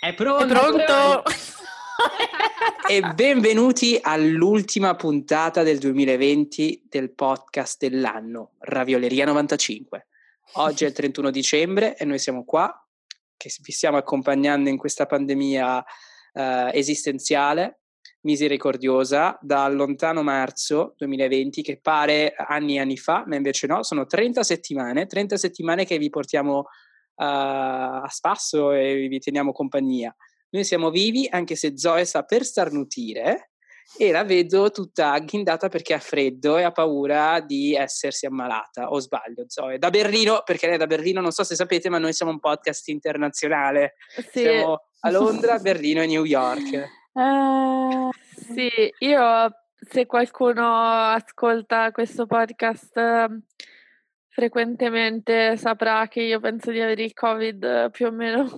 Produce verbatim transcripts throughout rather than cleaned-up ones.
È pronto? È pronto? E benvenuti all'ultima puntata del duemilaventi del podcast dell'anno, Ravioleria novantacinque. Oggi è il trentuno dicembre e noi siamo qua, che vi stiamo accompagnando in questa pandemia eh, esistenziale, misericordiosa, dal lontano marzo duemilaventi, che pare anni e anni fa, ma invece no, sono trenta settimane, trenta settimane che vi portiamo uh, a spasso e vi teniamo compagnia. Noi siamo vivi, anche se Zoe sta per starnutire e la vedo tutta agghindata perché ha freddo e ha paura di essersi ammalata. O sbaglio, Zoe? Da Berlino, perché lei è da Berlino, non so se sapete, ma noi siamo un podcast internazionale. Sì. Siamo a Londra, Berlino e New York. Uh, sì, io, se qualcuno ascolta questo podcast frequentemente, saprà che io penso di avere il Covid più o meno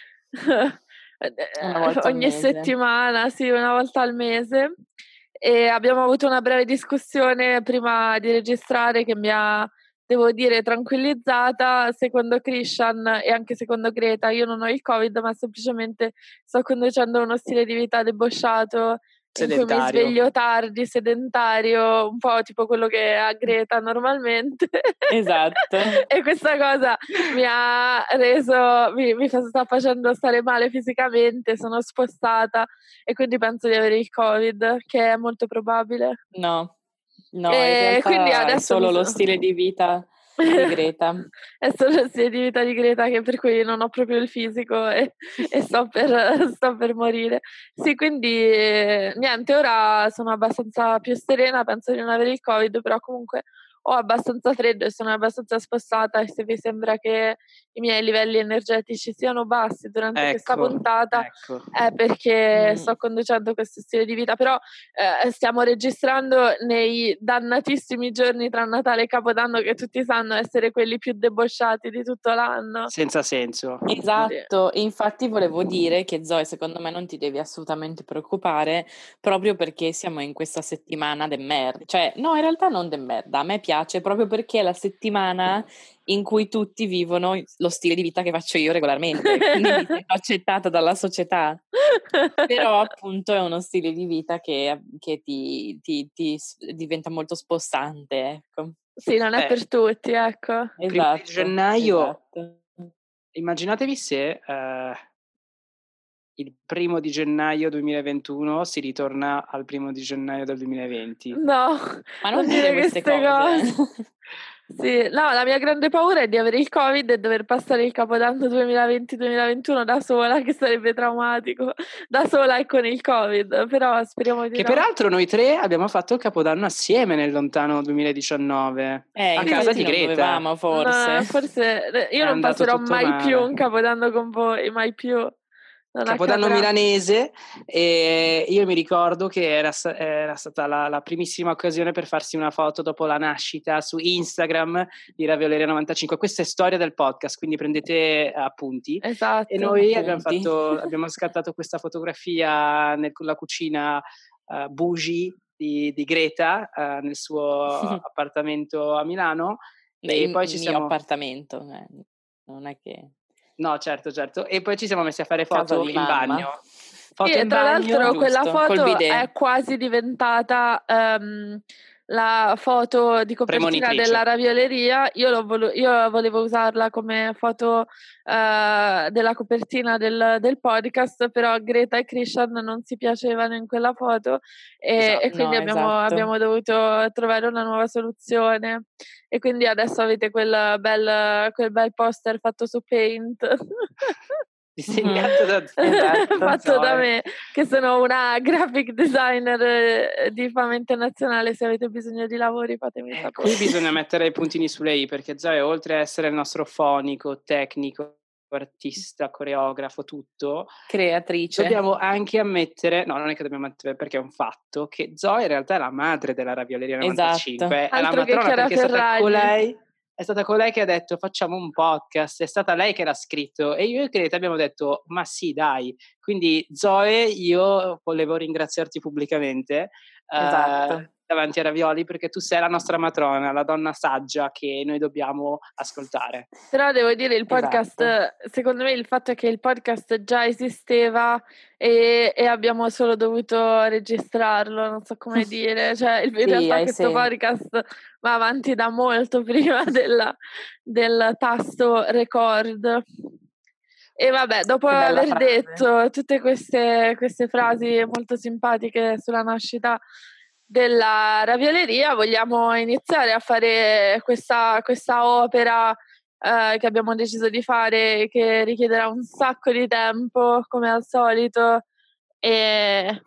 ogni settimana, sì, una volta al mese, e abbiamo avuto una breve discussione prima di registrare che mi ha, devo dire, tranquillizzata. Secondo Christian e anche secondo Greta io non ho il Covid, ma semplicemente sto conducendo uno stile di vita debosciato, sedentario, in cui mi sveglio tardi, sedentario, un po' tipo quello che ha Greta normalmente. Esatto. E questa cosa mi ha reso, mi, mi sta facendo stare male fisicamente, sono spostata e quindi penso di avere il Covid, che è molto probabile. No, no, e in realtà quindi adesso è solo so... lo stile di vita di Greta. È solo lo stile di vita di Greta, che per cui non ho proprio il fisico e, e sto, per, sto per morire. Sì, quindi niente, ora sono abbastanza più serena, penso di non avere il Covid, però comunque ho abbastanza freddo e sono abbastanza spostata, e se vi sembra che i miei livelli energetici siano bassi durante ecco, questa puntata ecco. è perché Mm. sto conducendo questo stile di vita, però eh, stiamo registrando nei dannatissimi giorni tra Natale e Capodanno, che tutti sanno essere quelli più debosciati di tutto l'anno. Senza senso. Esatto, e infatti volevo dire che Zoe, secondo me non ti devi assolutamente preoccupare, proprio perché siamo in questa settimana de merda, cioè no, in realtà non de merda, a me piace proprio perché è la settimana in cui tutti vivono lo stile di vita che faccio io regolarmente, quindi mi sento accettata dalla società. Però appunto è uno stile di vita che, che ti, ti, ti diventa molto spostante, ecco. Sì, non è Beh, per tutti, ecco. Primo Esatto, di gennaio, esatto. Immaginatevi se uh, il primo di gennaio duemilaventuno si ritorna al primo di gennaio del duemilaventi. No, ma non, non dire queste cose. cose. Sì, no, la mia grande paura è di avere il Covid e dover passare il Capodanno duemilaventi duemilaventuno da sola, che sarebbe traumatico, da sola e con il Covid, però speriamo di Che no. peraltro noi tre abbiamo fatto il Capodanno assieme nel lontano duemiladiciannove, eh, a sì, casa di non Greta. Dovevamo, forse. No, forse io È non passerò mai male. più un Capodanno con voi, mai più. Non Capodanno accadrà. milanese, e io mi ricordo che era, era stata la, la primissima occasione per farsi una foto dopo la nascita su Instagram di Ravioleria novantacinque. Questa è storia del podcast, quindi prendete appunti. Esatto. E noi appunti. abbiamo, fatto, abbiamo scattato questa fotografia nella cucina uh, bougie di, di Greta uh, nel suo appartamento a Milano. E il poi ci mio siamo... appartamento, eh. Non è che... No, certo, certo. E poi ci siamo messi a fare Casa foto di in mamma. bagno. Foto Sì, in tra bagno, l'altro quella giusto, col foto bidet. è quasi diventata um, la foto di copertina della ravioleria. Io, lo volo- io volevo usarla come foto uh, della copertina del, del podcast, però Greta e Christian non si piacevano in quella foto e, esatto. e quindi No, abbiamo, esatto. abbiamo dovuto trovare una nuova soluzione, e quindi adesso avete quel bel, quel bel poster fatto su Paint. Disegnato da esatto. Fatto Zoe. da me, che sono una graphic designer di fama internazionale. Se avete bisogno di lavori fatemi sapere. Qui bisogna mettere i puntini sulle i, perché Zoe, oltre a essere il nostro fonico, tecnico, artista, coreografo, tutto, creatrice, dobbiamo anche ammettere, no, non è che dobbiamo ammettere, perché è un fatto, che Zoe in realtà è la madre della Ravioleria novantacinque, esatto. è la matrona, perché è stata con lei è stata colei che ha detto facciamo un podcast, è stata lei che l'ha scritto, e io e Greta abbiamo detto ma sì dai, Quindi Zoe, io volevo ringraziarti pubblicamente esatto. eh, davanti a Ravioli, perché tu sei la nostra matrona, la donna saggia che noi dobbiamo ascoltare. Però devo dire, il podcast, esatto. Secondo me il fatto è che il podcast già esisteva e, e abbiamo solo dovuto registrarlo, non so come dire, cioè in sì, realtà questo senso. podcast va avanti da molto prima della, del tasto record. E vabbè, dopo aver frase. detto tutte queste, queste frasi molto simpatiche sulla nascita della ravioleria, vogliamo iniziare a fare questa, questa opera eh, che abbiamo deciso di fare, che richiederà un sacco di tempo, come al solito. E,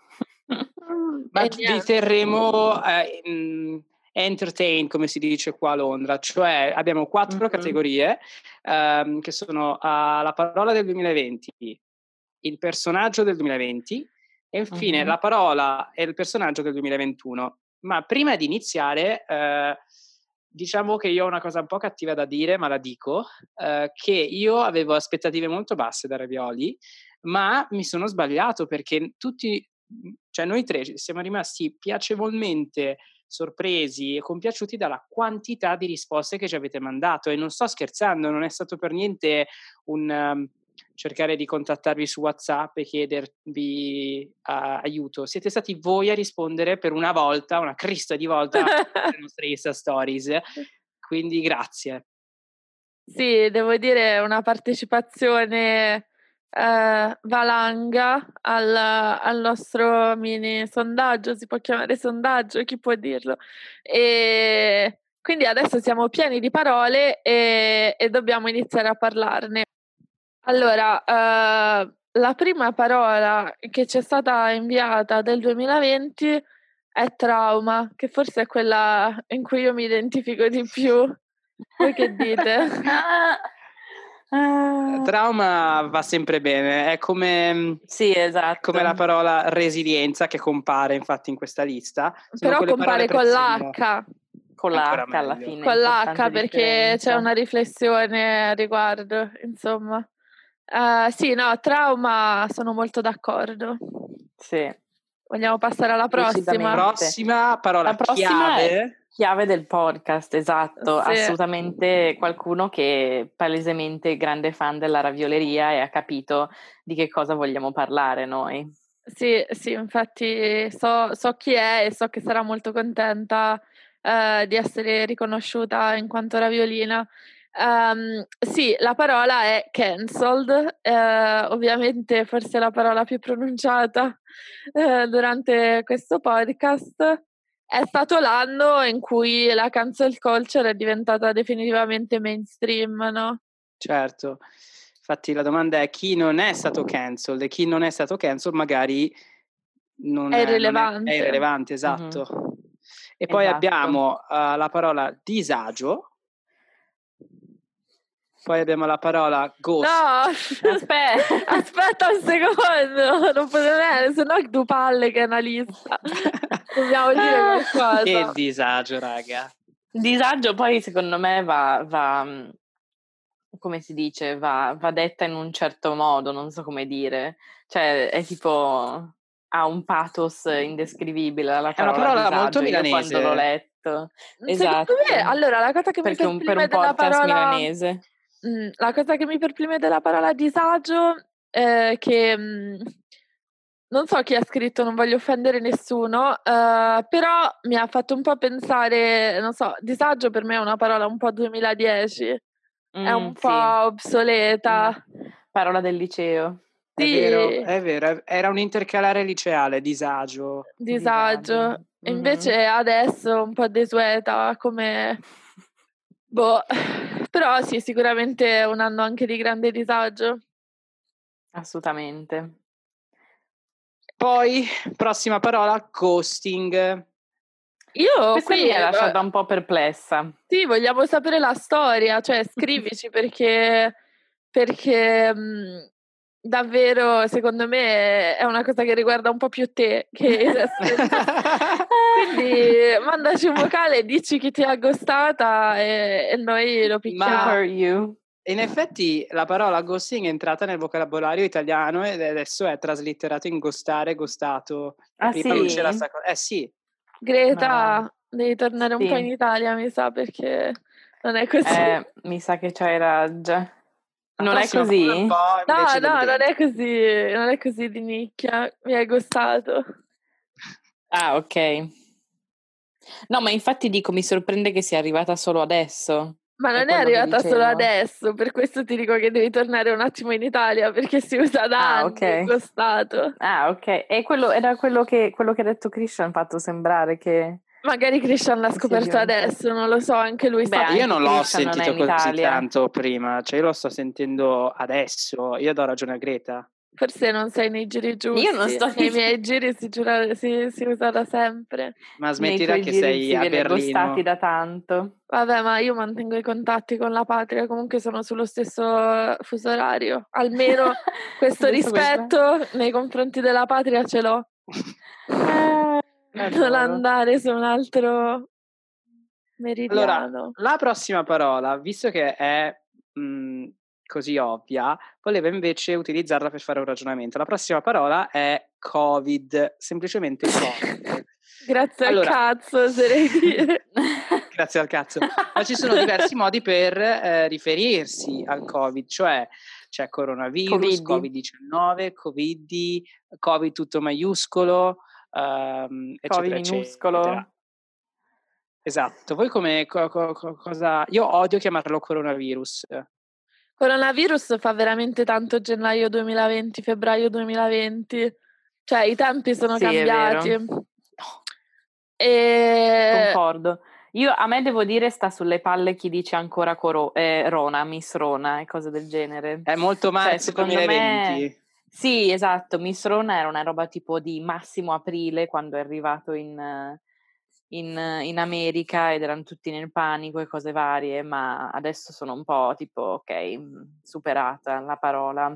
Ma e vi terremo eh, mh, entertain, come si dice qua a Londra, cioè abbiamo quattro mm-hmm. categorie ehm, che sono uh, la parola del duemilaventi, il personaggio del duemilaventi e infine mm-hmm. la parola e il personaggio del duemilaventuno. Ma prima di iniziare eh, diciamo che io ho una cosa un po' cattiva da dire, ma la dico, eh, che io avevo aspettative molto basse da Ravioli, ma mi sono sbagliato perché tutti, cioè noi tre siamo rimasti piacevolmente sorpresi e compiaciuti dalla quantità di risposte che ci avete mandato, e non sto scherzando, non è stato per niente un um, cercare di contattarvi su WhatsApp e chiedervi uh, aiuto. Siete stati voi a rispondere per una volta, una crista di volta alle nostre Insta Stories, quindi grazie. Sì, devo dire una partecipazione eh, valanga al, al nostro mini sondaggio, si può chiamare sondaggio, chi può dirlo? E quindi adesso siamo pieni di parole e, e dobbiamo iniziare a parlarne. Allora, eh, la prima parola che ci è stata inviata del duemilaventi è trauma, che forse è quella in cui io mi identifico di più. Voi che dite? Trauma va sempre bene, è come, sì, esatto. come la parola resilienza che compare infatti in questa lista. Sono però compare con l'H. Con l'H alla fine. Con l'H perché c'è una riflessione a riguardo, insomma. Uh, sì, no, trauma, sono molto d'accordo. Sì. Vogliamo passare alla prossima? Prossima parola, la prossima chiave. È chiave del podcast, esatto. Sì. Assolutamente qualcuno che è palesemente grande fan della ravioleria e ha capito di che cosa vogliamo parlare noi. Sì, sì, infatti so, so chi è e so che sarà molto contenta uh, di essere riconosciuta in quanto raviolina. Um, sì, la parola è cancelled, eh, ovviamente forse la parola più pronunciata eh, durante questo podcast. È stato l'anno in cui la cancel culture è diventata definitivamente mainstream, no? Certo, infatti la domanda è chi non è stato cancelled e chi non è stato cancelled magari non è è irrilevante. Non è, è irrilevante, esatto. Uh-huh. E poi esatto. abbiamo uh, la parola disagio. Poi abbiamo la parola ghost. No, aspetta, aspetta un secondo, non potete, se no tu palle che è una lista. Dobbiamo dire qualcosa. Che disagio, raga. Disagio poi secondo me va, va come si dice, va, va detta in un certo modo, non so come dire. Cioè è tipo, ha un pathos indescrivibile la parola È una parola disagio. molto milanese. Io quando l'ho letto. Esatto. Me, allora la cosa che Perché mi perplime un, per un della podcast parola milanese. Mh, la cosa che mi perplime della parola disagio è che mh, non so chi ha scritto, non voglio offendere nessuno, uh, però mi ha fatto un po' pensare, non so, disagio per me è una parola un po' duemiladieci, mm, è un sì. po' obsoleta. Mm. Parola del liceo. Sì. È vero, è vero, era un intercalare liceale, disagio. Disagio. disagio. E invece mm-hmm. adesso un po' desueta, come... Boh, però sì, sicuramente è un anno anche di grande disagio. Assolutamente. Poi, prossima parola, ghosting. Io Questa qui mi ha lasciata un po' perplessa. Sì, vogliamo sapere la storia, cioè scrivici perché, perché mh, davvero secondo me è una cosa che riguarda un po' più te che il resto del... Quindi mandaci un vocale, dici chi ti ha ghostata e, e noi lo picchiamo. Ma, you. in effetti la parola ghosting è entrata nel vocabolario italiano ed adesso è traslitterato in ghostare, ghostato. Ah, Prima sì? non c'era sta cosa. Eh sì. Greta, Ma... devi tornare un sì. po' in Italia, mi sa, perché non è così. Eh, mi sa che c'hai ragione. La Non è prossima così? parola un po' No, invece del no, non vento. è così, non è così di nicchia, mi hai gustato. Ah, ok. No, ma infatti dico, mi sorprende che sia arrivata solo adesso. Ma non è arrivata solo adesso, per questo ti dico che devi tornare un attimo in Italia, perché si usa da Ah, anni ok. il costato. Ah, ok. E quello era quello che, quello che ha detto Christian, ha fatto sembrare che... Magari Christian l'ha che sia scoperto diventato- adesso, non lo so, anche lui Beh, sta... anche Io non l'ho Christian non è sentito in così Italia. tanto prima, cioè io lo sto sentendo adesso. Io do ragione a Greta. Forse non sei nei giri giusti. Io non sto Nei dicendo- miei giri si, giura, si, si usa da sempre. Ma Nei smettila tuoi che giri sei si a viene Berlino. ghostati da tanto. Vabbè, ma io mantengo i contatti con la patria, comunque sono sullo stesso fuso orario. Almeno questo Adesso rispetto nei confronti della patria ce l'ho. Eh, Non adoro. andare su un altro meridiano. Allora, la prossima parola, visto che è mh, così ovvia, volevo invece utilizzarla per fare un ragionamento. La prossima parola è Covid, semplicemente Covid. Grazie Allora, al cazzo, oserei dire. Grazie al cazzo. Ma ci sono diversi modi per eh, riferirsi al Covid, cioè c'è coronavirus, Covid. covid diciannove, Covid, Covid tutto maiuscolo, um, eccetera, Covid minuscolo. eccetera. Esatto. Voi come co- co- co- cosa? Io odio chiamarlo coronavirus. Coronavirus fa veramente tanto gennaio duemilaventi, febbraio duemilaventi. Cioè, i tempi sono Sì, è cambiati. vero. E... Concordo. Io, a me devo dire, sta sulle palle chi dice ancora coro- eh, Rona, Miss Rona e cose del genere. È molto Cioè, marzo secondo duemilaventi. me... Sì, esatto, Miss Rona era una roba tipo di Massimo Aprile quando è arrivato in, in, in America ed erano tutti nel panico e cose varie, ma adesso sono un po' tipo, ok, superata la parola.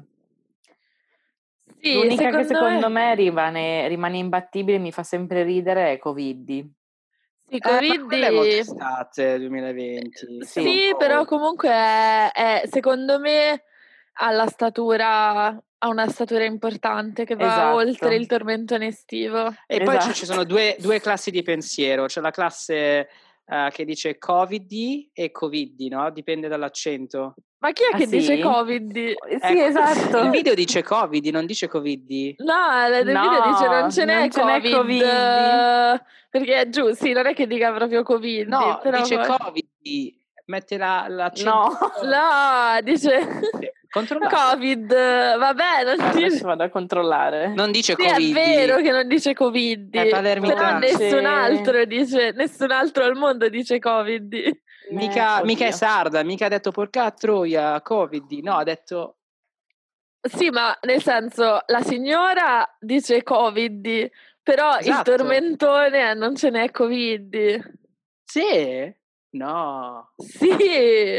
Sì, L'unica secondo che secondo me... me rimane, rimane imbattibile e mi fa sempre ridere è Covid. Sì, Eh, ma Covid... quella è molto estate duemilaventi. Sì. Siamo Sì, un po' però oltre. comunque è, è, secondo me ha la statura, ha una statura importante che va Esatto. oltre il tormentone estivo. E poi Esatto. ci sono due, due classi di pensiero, c'è la classe uh, che dice Covid e Covid, no? Dipende dall'accento. Ma chi è Ah, che sì? dice Covid? Sì, Ecco, esatto. Il video dice Covid, non dice Covid. No, nel No, video dice non ce n'è non ce n'è Covid, Covid. eh, perché è giù, sì, non è che dica proprio Covid, No, però dice poi... Covid, mette la, l'accento. No. No, dice Controllate. Covid, vabbè, non Adesso dice... vado a controllare. Non dice Sì, Covid. è vero che non dice Covid, È palermitano. però nessun Dice- altro dice, nessun altro al mondo dice Covid. Mica, Eh, mica è oddio. sarda, mica ha detto porca troia, Covid. No, ha detto... Sì, ma nel senso, la signora dice Covid, però il Esatto. tormentone è non ce n'è Covid. Sì? No. Sì.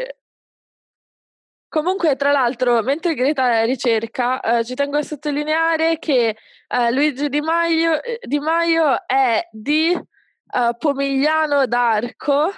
Comunque, tra l'altro, mentre Greta ricerca, eh, ci tengo a sottolineare che eh, Luigi Di Maio, eh, Di Maio è di eh, Pomigliano d'Arco,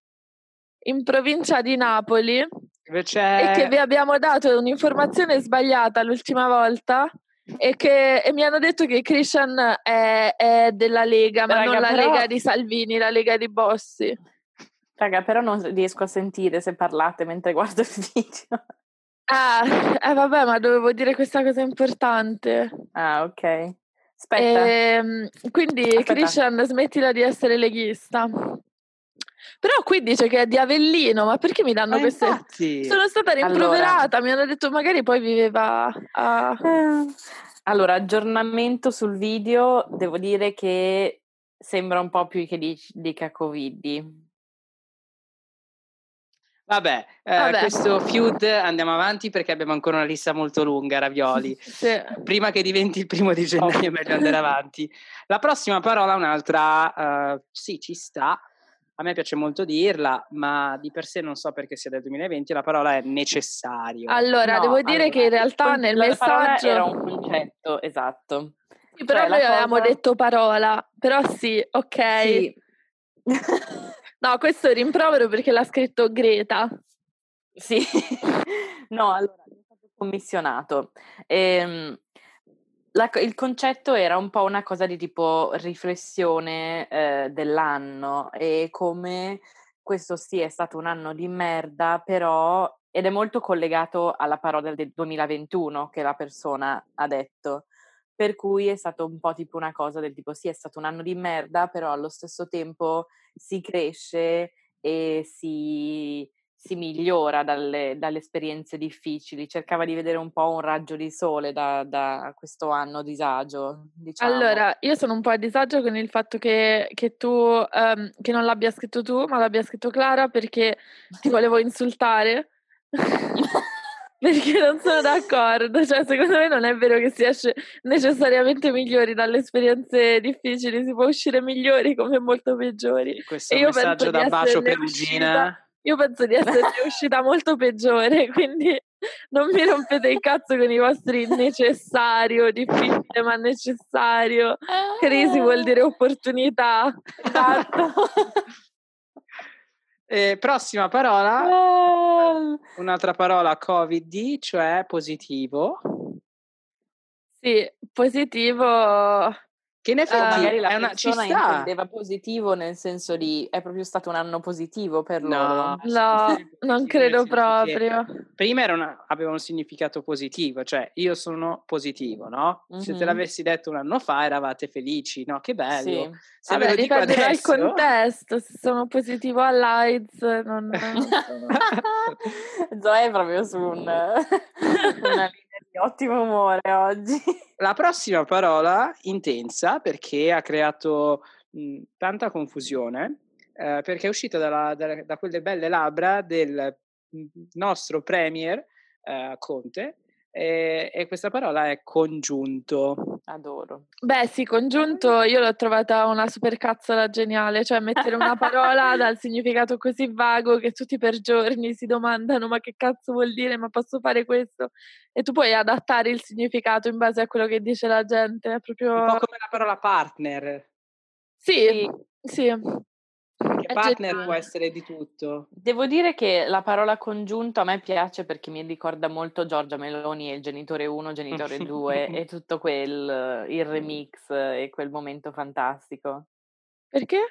in provincia di Napoli, Invece... e che vi abbiamo dato un'informazione sbagliata l'ultima volta e che e mi hanno detto che Christian è, è della Lega, ma Raga, non la però- Lega di Salvini, la Lega di Bossi. Raga, però non riesco a sentire se parlate mentre guardo il video. Ah, eh vabbè, ma dovevo dire questa cosa importante. Ah, ok. Aspetta. Ehm, quindi Aspetta. Christian, smettila di essere leghista. Però qui dice che è di Avellino, ma perché mi danno Ma queste... infatti... Sono stata rimproverata, Allora. mi hanno detto magari poi viveva a... Eh, Allora, aggiornamento sul video, devo dire che sembra un po' più che dic- dica Covid. Vabbè, eh, Vabbè. questo feud andiamo avanti perché abbiamo ancora una lista molto lunga, Ravioli. Sì. Prima che diventi il primo di gennaio è meglio andare avanti. La prossima parola, un'altra, uh, sì, ci sta. A me piace molto dirla, ma di per sé non so perché sia del duemilaventi, la parola è necessario. Allora, No, devo dire allora, che in realtà il- nel la parola messaggio... era un concetto, esatto. Sì, però Cioè, noi la avevamo cosa- detto parola, però sì, ok. Sì. No, questo è rimprovero perché l'ha scritto Greta. Sì, no, allora, mi è stato commissionato. Ehm, la il concetto era un po' una cosa di tipo riflessione, ehm, dell'anno e come questo sì è stato un anno di merda, però ed è molto collegato alla parola del duemilaventuno che la persona ha detto. Per cui è stato un po' tipo una cosa del tipo: sì, è stato un anno di merda, però allo stesso tempo si cresce e si si migliora dalle dalle esperienze difficili. Cercava di vedere un po' un raggio di sole da da questo anno disagio, diciamo. Allora, io sono un po' a disagio con il fatto che che tu ehm, che non l'abbia scritto tu, ma l'abbia scritto Clara perché ti volevo insultare. Perché non sono d'accordo, cioè secondo me non è vero che si esce necessariamente migliori dalle esperienze difficili, si può uscire migliori come molto peggiori. Questo E è un io penso messaggio di da bacio esserne uscita Perugina. io penso di esserne uscita molto peggiore, quindi non mi rompete il cazzo con i vostri necessario, difficile ma necessario. Crisi vuol dire opportunità. Esatto. Eh, prossima parola, Ah. un'altra parola Covid, cioè positivo. Sì, positivo. Che in O effetti magari la è una ci persona sta. intendeva positivo nel senso di è proprio stato un anno positivo per No, loro? No, positivo non nel credo senso che proprio. prima era una aveva un significato positivo, cioè io sono positivo, no, se te Mh-mh. l'avessi detto un anno fa eravate felici, no, che bello. Sì. Se ve Vabbè, lo dico dipende dal adesso contesto, se sono positivo all'AIDS non non sono Zoe è proprio su un una linea di ottimo umore oggi. La prossima parola intensa perché ha creato, mhmm, tanta confusione, ehm, perché è uscita dalla da da quelle belle labbra del, mhmm, nostro premier, ehm, Conte, ehm, e questa parola è congiunto. Adoro. Beh sì, congiunto io l'ho trovata una supercazzola geniale, cioè mettere una parola dal significato così vago che tutti per giorni si domandano: "Ma che cazzo vuol dire? Ma posso fare questo?" E tu puoi adattare il significato in base a quello che dice la gente, è proprio Un po' come la parola partner, sì, Sì. sì, perché è partner può geniale. essere di tutto. Devo dire che la parola congiunto a me piace perché mi ricorda molto Giorgia Meloni e il Genitore uno, Genitore due e tutto quel il remix e quel momento fantastico. Perché?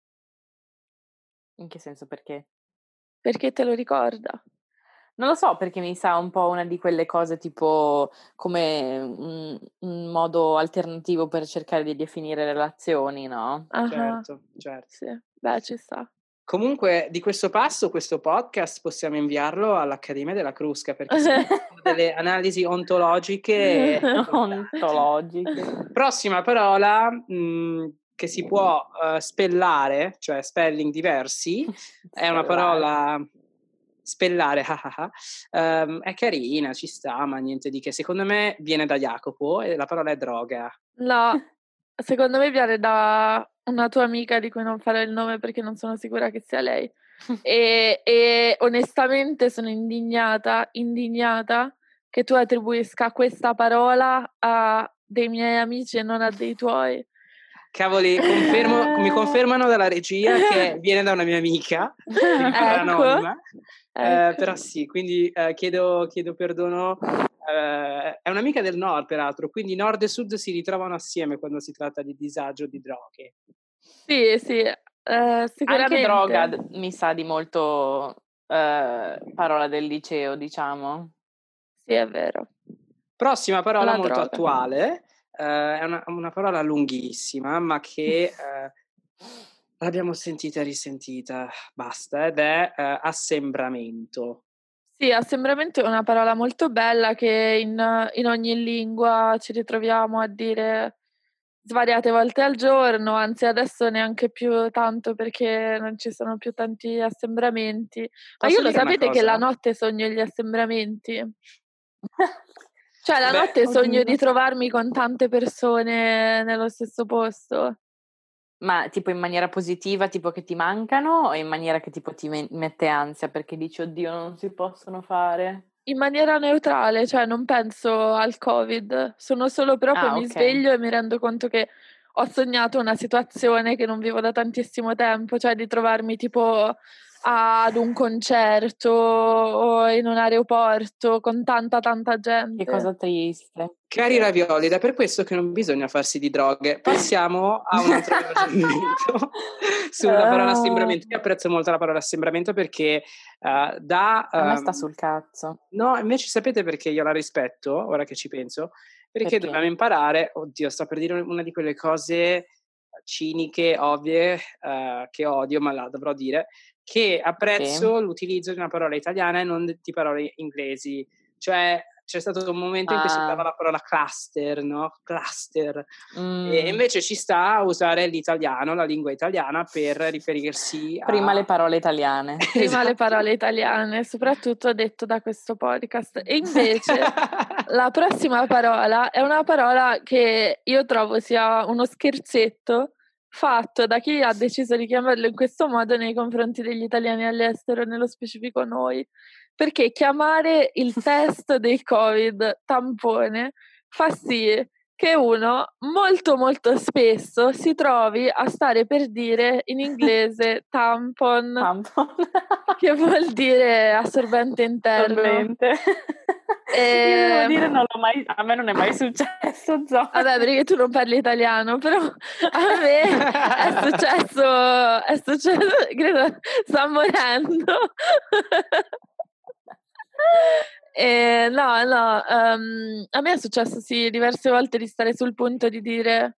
In che senso perché? Perché te lo ricorda. Non lo so, perché mi sa un po' una di quelle cose tipo come un un modo alternativo per cercare di definire relazioni, no? Ah-ah. Certo, certo. Sì, beh ci sta. Comunque di questo passo, questo podcast possiamo inviarlo all'Accademia della Crusca, perché secondo me sono delle analisi ontologiche importanti. Ontologiche. Prossima parola, mhmm, che si può, uhm, spellare, cioè spelling diversi, è una Spellare. parola spellare, ah, ah, ah, uhm, è carina, ci sta, ma niente di che. Secondo me viene da Jacopo e la parola è droga. No, secondo me viene da una tua amica di cui non farò il nome perché non sono sicura che sia lei. E e onestamente sono indignata, indignata che tu attribuisca questa parola a dei miei amici e non a dei tuoi. Cavoli, confermo mi confermano dalla regia che viene da una mia amica, che rimarrà Ecco, anonima, ehm, ecco. però sì, quindi, ehm, chiedo chiedo perdono. Ehm, è un'amica del nord peraltro, quindi nord e sud si ritrovano assieme quando si tratta di disagio, di droghe. Sì, sì, ehm, Anche droga sicuramente. d mi sa di molto, ehm, parola del liceo, diciamo. Sì, è vero. Prossima parola La molto droga. attuale, ehm, è una una parola lunghissima, ma che, ehm, l'abbiamo sentita e risentita, basta, ed è, ehm, assembramento. Sì, assembramento è una parola molto bella che in in ogni lingua ci ritroviamo a dire svariate volte al giorno, anzi adesso neanche più tanto perché non ci sono più tanti assembramenti. Ma io Posso lo dire una sapete che la cosa? notte sogno gli assembramenti? Cioè la Beh, notte sogno di Oddio. trovarmi con tante persone nello stesso posto. Ma tipo in maniera positiva, tipo che ti mancano, o in maniera che tipo ti me mette ansia perché dici: "Oddio, non si possono fare"? In maniera neutrale, cioè non penso al Covid, sono solo proprio Ah, mi okay. sveglio e mi rendo conto che ho sognato una situazione che non vivo da tantissimo tempo, cioè di trovarmi tipo ad un concerto o in un aeroporto con tanta tanta gente. Che cosa triste. Cari ravioli, ed è per questo che non bisogna farsi di droghe. Passiamo a un altro ragionamento sulla parola assembramento. Io apprezzo molto la parola assembramento perché uh, da... Um, a me sta sul cazzo. No, invece sapete perché io la rispetto, ora che ci penso? Perché, perché? dobbiamo imparare, oddio, sto per dire una di quelle cose ciniche, ovvie, uh, che odio, ma la dovrò dire, che apprezzo sì. l'utilizzo di una parola italiana e non di parole inglesi. Cioè, c'è stato un momento ah. in cui si usava la parola cluster, no? Cluster. Mm. E invece ci sta a usare l'italiano, la lingua italiana, per riferirsi a... Prima le parole italiane. Prima esatto. le parole italiane, soprattutto detto da questo podcast. E invece la prossima parola è una parola che io trovo sia uno scherzetto fatto da chi ha deciso di chiamarlo in questo modo nei confronti degli italiani all'estero, nello specifico noi, perché chiamare il test del Covid tampone fa sì che uno molto molto spesso si trovi a stare per dire in inglese tampon, tampon. che vuol dire assorbente interno. Assorbente. E... Io devo dire, non l'ho mai, a me non è mai successo, Zoe. Vabbè, perché tu non parli italiano, però a me è successo, è successo, credo, sta morendo. E no, no, um, a me è successo sì diverse volte di stare sul punto di dire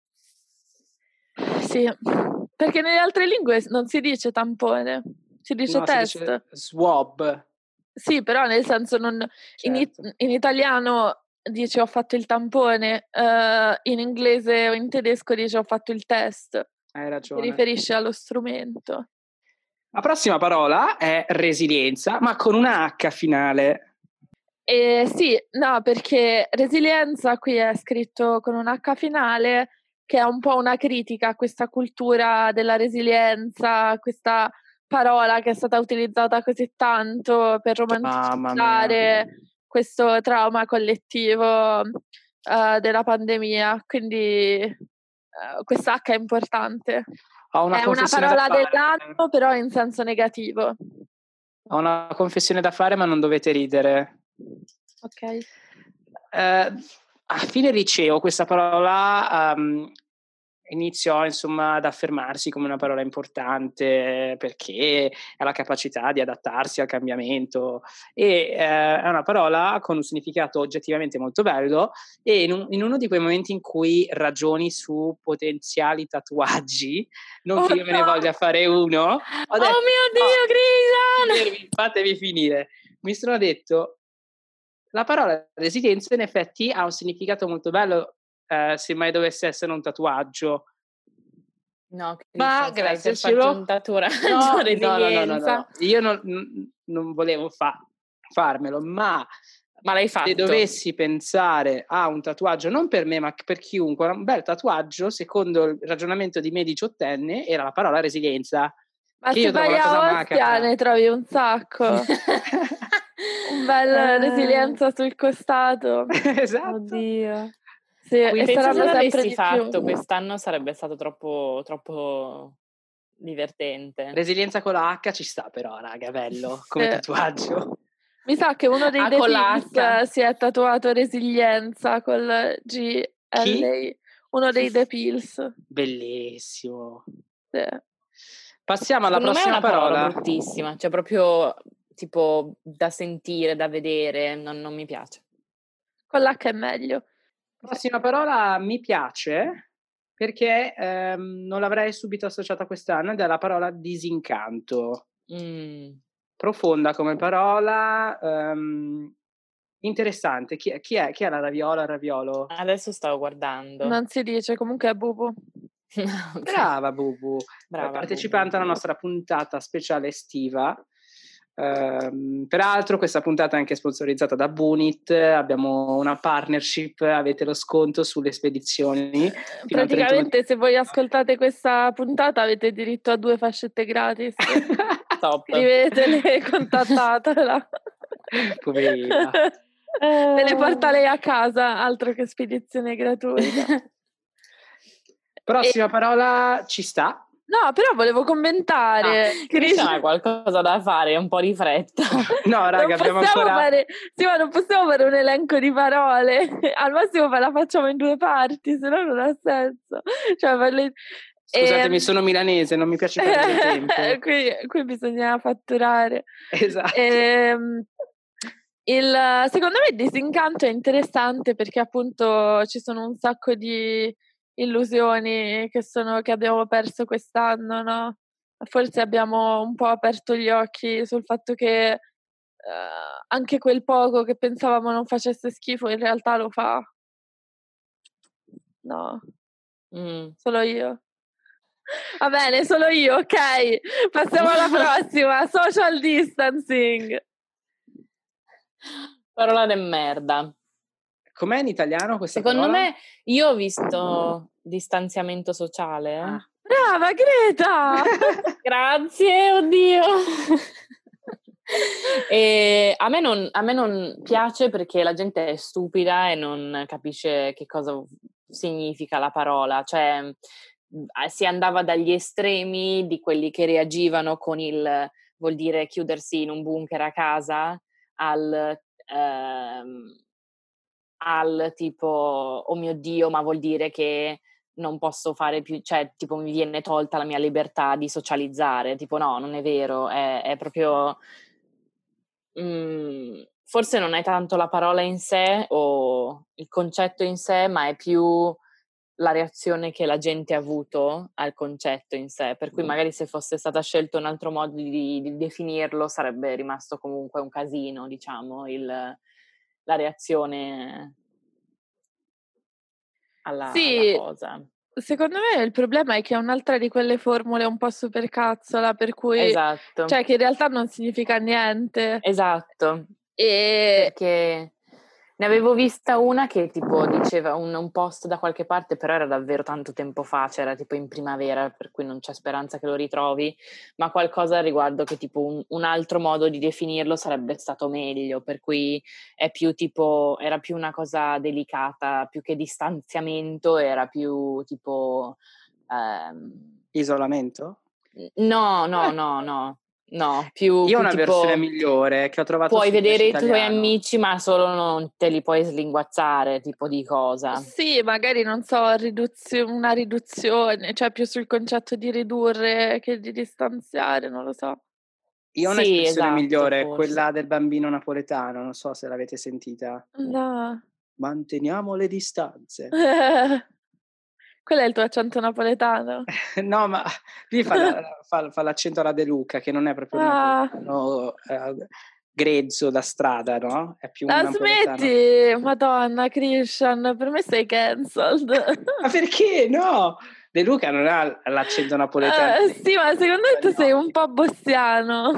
sì, perché nelle altre lingue non si dice tampone, si dice no, test. Si dice swab. Sì, però nel senso non certo. in, in italiano dice ho fatto il tampone, uh, in inglese o in tedesco dice ho fatto il test. Hai ragione. Si riferisce allo strumento. La prossima parola è resilienza, ma con una H finale. Eh, sì, no, perché resilienza qui è scritto con un H finale, che è un po' una critica a questa cultura della resilienza, questa parola che è stata utilizzata così tanto per romanticizzare questo trauma collettivo uh, della pandemia. Quindi uh, questa H è importante. Ho una è una parola dell'anno, però in senso negativo. Ho una confessione da fare, ma non dovete ridere. Ok. Eh, a fine liceo questa parola um, iniziò insomma ad affermarsi come una parola importante perché ha la capacità di adattarsi al cambiamento e eh, è una parola con un significato oggettivamente molto bello e in, un, in uno di quei momenti in cui ragioni su potenziali tatuaggi, non oh che io no. me ne voglia fare uno, ho detto, oh mio Dio, oh, Grisa, fatevi finire, mi sono detto la parola resilienza in effetti ha un significato molto bello eh, se mai dovesse essere un tatuaggio. No, ma grazie al cielo un tatuaggio no, no, no, no, no, no. Io non, non volevo fa- farmelo, ma, ma l'hai fatto. Se dovessi pensare a un tatuaggio, non per me ma per chiunque, un bel tatuaggio, secondo il ragionamento di me diciottenne, era la parola resilienza. Ma se vai a Ostia ne trovi un sacco. Un bel uh, resilienza sul costato. Esatto. Oddio. Sì, e penso se l'avessi fatto più. Quest'anno sarebbe stato troppo troppo divertente. Resilienza con la H ci sta però, raga, bello, come sì. tatuaggio. Mi sa che uno dei ah, The Pills si è tatuato resilienza col G L A. Uno dei The Pills. Bellissimo. Sì. Passiamo alla Secondo prossima me è una parola. parola bruttissima, cioè proprio tipo da sentire, da vedere, non, non mi piace. Con l'H è meglio. Prossima parola mi piace perché ehm, non l'avrei subito associata quest'anno ed è la parola disincanto. Mm. Profonda come parola, ehm, interessante. Chi è, chi è? Chi è la raviola, il raviolo? Adesso stavo guardando. Non si dice, comunque è Bubu. Okay. Brava Bubu, Brava, partecipante Bubu. Alla nostra puntata speciale estiva. Uh, peraltro questa puntata è anche sponsorizzata da Bunit, abbiamo una partnership, avete lo sconto sulle spedizioni. Praticamente trentuno... se voi ascoltate questa puntata avete diritto a due fascette gratis. Top. Scrivetele, contattatela. Poverina. Te le porta lei a casa, altro che spedizione gratuita. Prossima e... parola ci sta. No, però volevo commentare. Ah, Christian ha qualcosa da fare, un po' di fretta. No, raga, abbiamo ancora... Fare... Sì, ma non possiamo fare un elenco di parole. Al massimo la facciamo in due parti, se no non ha senso. Cioè, parli... Scusatemi, e... sono milanese, non mi piace perdere tempo. qui, qui bisogna fatturare. Esatto. E... Il, secondo me il disincanto è interessante perché appunto ci sono un sacco di illusioni che, sono, che abbiamo perso quest'anno, no? Forse abbiamo un po' aperto gli occhi sul fatto che eh, anche quel poco che pensavamo non facesse schifo in realtà lo fa. No, mm. Solo io. Va bene, solo io, ok. Passiamo alla prossima, social distancing. Parola de merda. Com'è in italiano questa Secondo parola? me, io ho visto distanziamento sociale. Eh? Ah. Brava Greta! Grazie, oddio! E a me, non, a me non piace perché la gente è stupida e non capisce che cosa significa la parola. Cioè, si andava dagli estremi di quelli che reagivano con il vuol dire chiudersi in un bunker a casa al... Ehm, al tipo, oh mio Dio, ma vuol dire che non posso fare più, cioè tipo mi viene tolta la mia libertà di socializzare, tipo no, non è vero, è, è proprio, mm, forse non è tanto la parola in sé o il concetto in sé, ma è più la reazione che la gente ha avuto al concetto in sé, per cui magari se fosse stata scelto un altro modo di, di definirlo sarebbe rimasto comunque un casino, diciamo, il... la reazione alla, sì, alla cosa. Secondo me il problema è che è un'altra di quelle formule un po' supercazzola, per cui esatto. Cioè che in realtà non significa niente. Esatto. E perché ne avevo vista una che tipo diceva un, un post da qualche parte, però era davvero tanto tempo fa, c'era tipo in primavera, per cui non c'è speranza che lo ritrovi, ma qualcosa riguardo che tipo un, un altro modo di definirlo sarebbe stato meglio, per cui è più tipo, era più una cosa delicata, più che distanziamento, era più tipo... Ehm... Isolamento? No, no, no, no. No, più, Io ho più una tipo, versione migliore che ho trovato puoi su vedere i Trash tuoi Italiano. amici ma solo non te li puoi slinguazzare, tipo di cosa. Sì, magari non so, riduzio- una riduzione, cioè più sul concetto di ridurre che di distanziare, non lo so. Io ho Sì, un'espressione esatto, migliore, forse. quella del bambino napoletano, non so se l'avete sentita. No. Manteniamo le distanze. Quello è il tuo accento napoletano? No, ma lì fa, la, fa, fa l'accento alla De Luca, che non è proprio Ah. napoletano eh, grezzo da strada, no? È più un La napoletano. smetti? Madonna, Christian, per me sei cancelled. Ma perché? No! De Luca non ha l'accento napoletano. Uh, sì, ma secondo me tu sei un po' bossiano.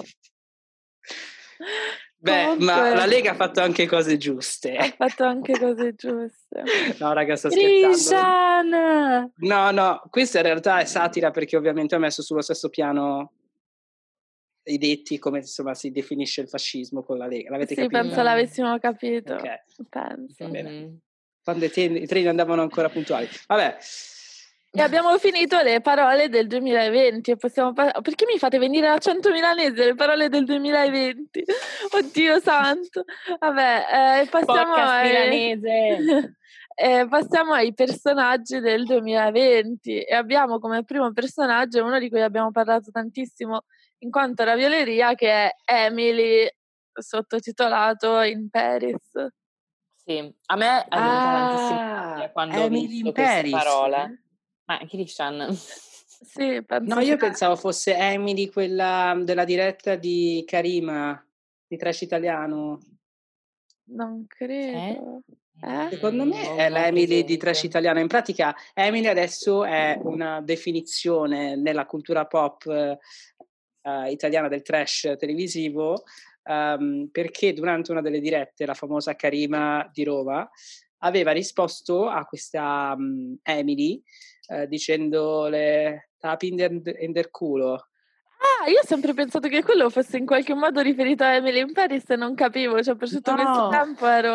Beh, Comunque, ma la Lega ha fatto anche cose giuste. Ha fatto anche cose giuste. No, raga, sto Christian! scherzando. No, no, questa in realtà è satira perché ovviamente ho messo sullo stesso piano i detti come insomma si definisce il fascismo con la Lega. L'avete sì, capito? penso l'avessimo capito. Ok. Penso. Va bene. Quando i treni, i treni andavano ancora puntuali. Vabbè. E abbiamo finito le parole del duemilaventi e possiamo par- perché mi fate venire l'accento milanese, le parole del duemilaventi? Oddio santo. Vabbè, eh, passiamo Podcast ai... milanese. eh, passiamo ai personaggi del duemilaventi e abbiamo come primo personaggio uno di cui abbiamo parlato tantissimo in quanto ravioleria, che è Emily, sottotitolato In Paris. Sì, a me è venuta ah, tantissima quando Emily ho visto in questa Paris. parola. Ma Christian? Sì, penso no, io sia... pensavo fosse Emily, quella della diretta di Karima, di Trash Italiano. Non credo. Eh? Secondo me è la Emily di Trash Italiano. In pratica Emily adesso è una definizione nella cultura pop uh, italiana del trash televisivo, um, perché durante una delle dirette la famosa Karima di Roma aveva risposto a questa um, Emily uh, dicendole tap in der, in der culo. Ah, io ho sempre pensato che quello fosse in qualche modo riferito a Emily in Paris e non capivo, cioè per tutto no. questo tempo ero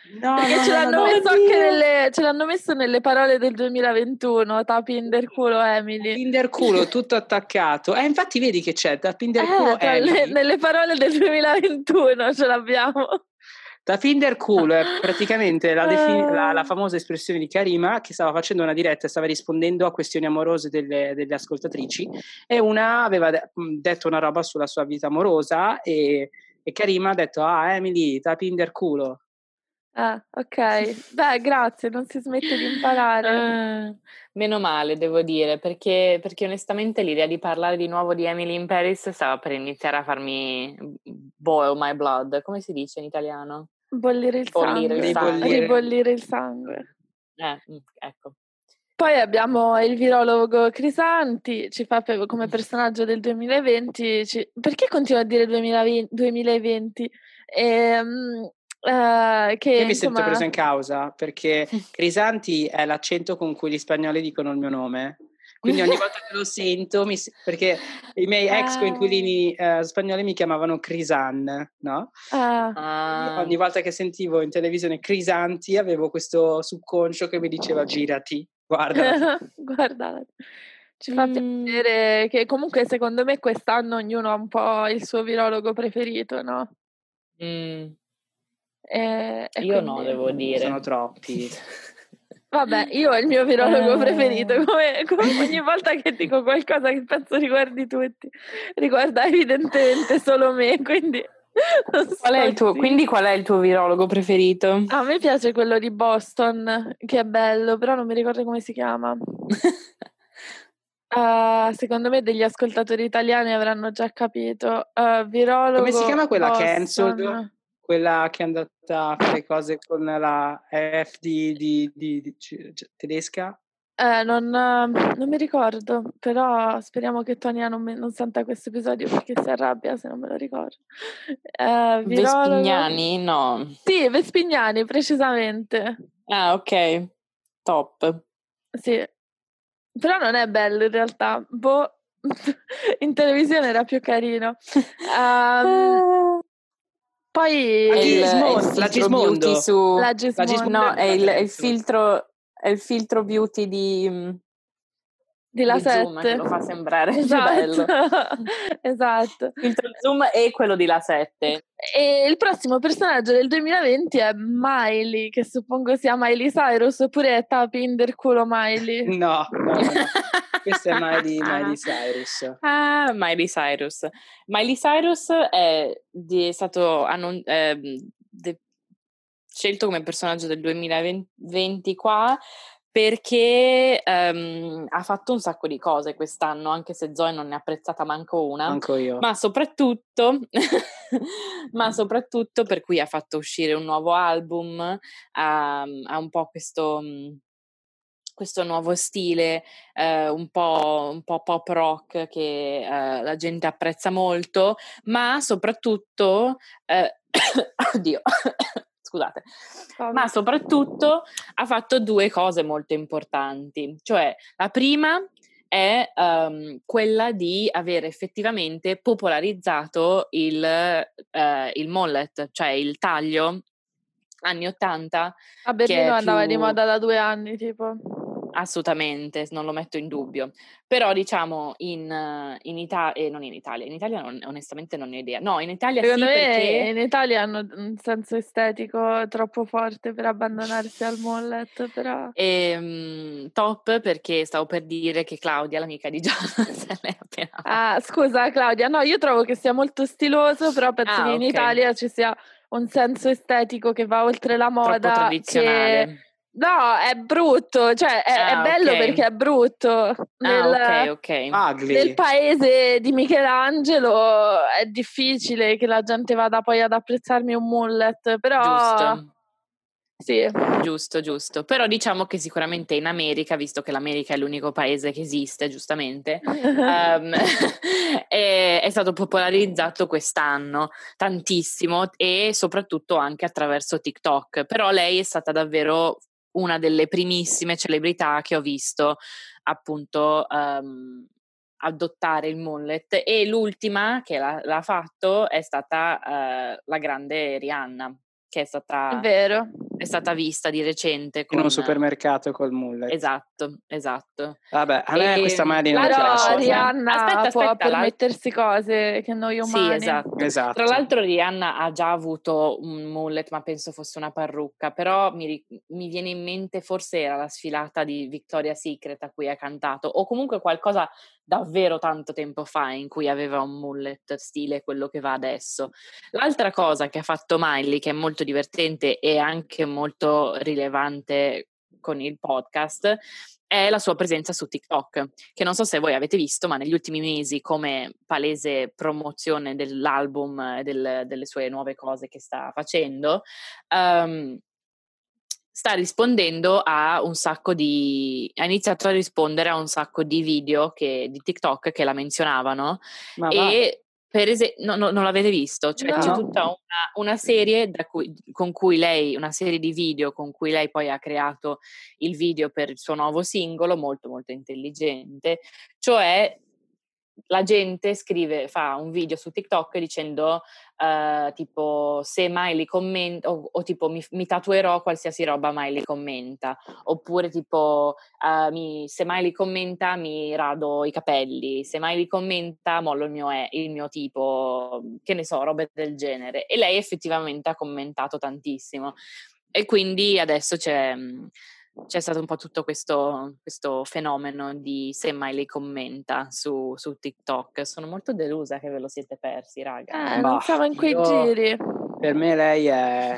No, Perché no, ce no, l'hanno no, messo no. anche nelle, ce l'hanno messo nelle parole del duemilaventuno, Tapinder culo Emily. Tapinder culo, tutto attaccato. Eh, infatti vedi che c'è, Tapinder culo Eh, tra le, Emily. nelle parole del duemilaventuno ce l'abbiamo. Tapinder culo è praticamente la, defin- la, la famosa espressione di Karima, che stava facendo una diretta e stava rispondendo a questioni amorose delle, delle ascoltatrici, e una aveva de- detto una roba sulla sua vita amorosa e, e Karima ha detto: ah, Emily, Tapinder culo. Ah, ok. Beh, grazie, non si smette di imparare. Ah, meno male, devo dire, perché, perché onestamente l'idea di parlare di nuovo di Emily in Paris stava per iniziare a farmi boil my blood. Come si dice in italiano? Bollire il Bollire il sangue. Ribollire. Ribollire il sangue. Eh, mm, ecco. Poi abbiamo il virologo Crisanti, ci fa per, come personaggio del duemilaventi. Ci, perché continua a dire duemilaventi? duemilaventi? Ehm, eh, che, Io mi insomma, sento preso in causa perché Crisanti è l'accento con cui gli spagnoli dicono il mio nome. Quindi ogni volta che lo sento, mi, perché i miei ex coinquilini eh, spagnoli mi chiamavano Crisan, no? Ah. Ah. Ogni volta che sentivo in televisione Crisanti avevo questo subconscio che mi diceva girati, guarda. Guarda, ci fa Mm. piacere che comunque secondo me quest'anno ognuno ha un po' il suo virologo preferito, no? Mm. E, e Io quindi... no, devo dire. Sono troppi. Vabbè, io ho il mio virologo Eh. preferito, come, come ogni volta che dico qualcosa che penso riguardi tutti, riguarda evidentemente solo me, quindi... Qual è il tuo, quindi qual è il tuo virologo preferito? A me piace quello di Boston, che è bello, però non mi ricordo come si chiama. Uh, secondo me degli ascoltatori italiani avranno già capito. Uh, virologo Come si chiama quella Boston. cancelled? Quella che è andata a fare cose con la F D di, di, di, di tedesca? Eh, non, non mi ricordo, però speriamo che Tonia non, mi, non senta questo episodio perché si arrabbia se non me lo ricordo. Eh, virologo... Vespignani? No. Sì, Vespignani, precisamente. Ah, ok. Top. Sì. Però non è bello in realtà. Boh, in televisione era più carino. Um, poi La il, Gismondo, la Gismondo. Su... La Gismondo. La Gismondo No, è il, è il cancel. filtro è il filtro beauty di, di La di Zoom che lo fa sembrare esatto. più bello. Esatto. Il filtro Zoom e quello di La sette. E il prossimo personaggio del duemilaventi è Miley, che suppongo sia Miley Cyrus, oppure è Tapinder culo Miley. No, no, no, no. Questa è Miley, Miley Cyrus. Ah, Miley Cyrus. Miley Cyrus è, di, è stato annon- eh, de- scelto come personaggio del duemilaventi qua perché um, ha fatto un sacco di cose quest'anno, anche se Zoe non ne ha apprezzata manco una. Manco io. Ma soprattutto, ma soprattutto per cui ha fatto uscire un nuovo album, ha, ha un po' questo... questo nuovo stile eh, un po', un po' pop rock che eh, la gente apprezza molto, ma soprattutto eh, oddio scusate Come? ma soprattutto ha fatto due cose molto importanti, cioè la prima è um, quella di aver effettivamente popolarizzato il, eh, il mullet, cioè il taglio anni ottanta. A Berlino andava più... di moda da due anni, tipo. Assolutamente, non lo metto in dubbio. Però diciamo in, in Italia, eh, non in Italia, in Italia non, onestamente non ho idea. No, in Italia Secondo sì me perché... in Italia hanno un senso estetico troppo forte per abbandonarsi al mullet, però... Ehm, top perché stavo per dire che Claudia, l'amica di Jonathan, lei appena... Ah, scusa Claudia, no, io trovo che sia molto stiloso, però penso Ah, che in ok. Italia ci sia un senso estetico che va oltre la moda. Troppo tradizionale. Che... No, è brutto, cioè è, ah, è bello okay. perché è brutto. Nel, ah, ok, ok. Ugly. Nel paese di Michelangelo è difficile che la gente vada poi ad apprezzarmi un mullet, però... Giusto. Sì. Giusto, giusto. Però diciamo che sicuramente in America, visto che l'America è l'unico paese che esiste, giustamente, um, è, è stato popolarizzato quest'anno tantissimo e soprattutto anche attraverso TikTok. Però lei è stata davvero una delle primissime celebrità che ho visto appunto um, adottare il mullet, e l'ultima che l'ha, l'ha fatto è stata uh, la grande Rihanna. che è stata, È vero. è stata vista di recente con... in un supermercato col mullet. Esatto, esatto. Vabbè, a me E, questa Miley non però piace. Rihanna Aspetta, può aspetta, permettersi cose che noi umani. Sì, esatto. Esatto. Tra l'altro Rihanna ha già avuto un mullet, ma penso fosse una parrucca, però mi, ri- mi viene in mente, forse era la sfilata di Victoria's Secret a cui ha cantato, o comunque qualcosa davvero tanto tempo fa in cui aveva un mullet stile quello che va adesso. L'altra cosa che ha fatto Miley, che è molto divertente e anche molto rilevante con il podcast, è la sua presenza su TikTok, che non so se voi avete visto, ma negli ultimi mesi, come palese promozione dell'album e del, delle sue nuove cose che sta facendo, um, sta rispondendo a un sacco di... ha iniziato a rispondere a un sacco di video che, di TikTok che la menzionavano. Ma e per esempio, no, no, non l'avete visto? Cioè No. c'è tutta una, una serie da cui, con cui lei, una serie di video con cui lei poi ha creato il video per il suo nuovo singolo, molto molto intelligente, cioè la gente scrive, fa un video su TikTok dicendo uh, tipo se Miley commenta, o, o tipo mi, mi tatuerò qualsiasi roba Miley commenta, oppure tipo uh, mi, se Miley commenta mi rado i capelli, se Miley commenta mollo il mio, il mio tipo, che ne so, robe del genere. E lei effettivamente ha commentato tantissimo, e quindi adesso c'è... c'è stato un po' tutto questo, questo fenomeno di se Miley commenta su, su TikTok. Sono molto delusa che ve lo siete persi, raga. Eh, non siamo in quei io- giri. Per me lei è...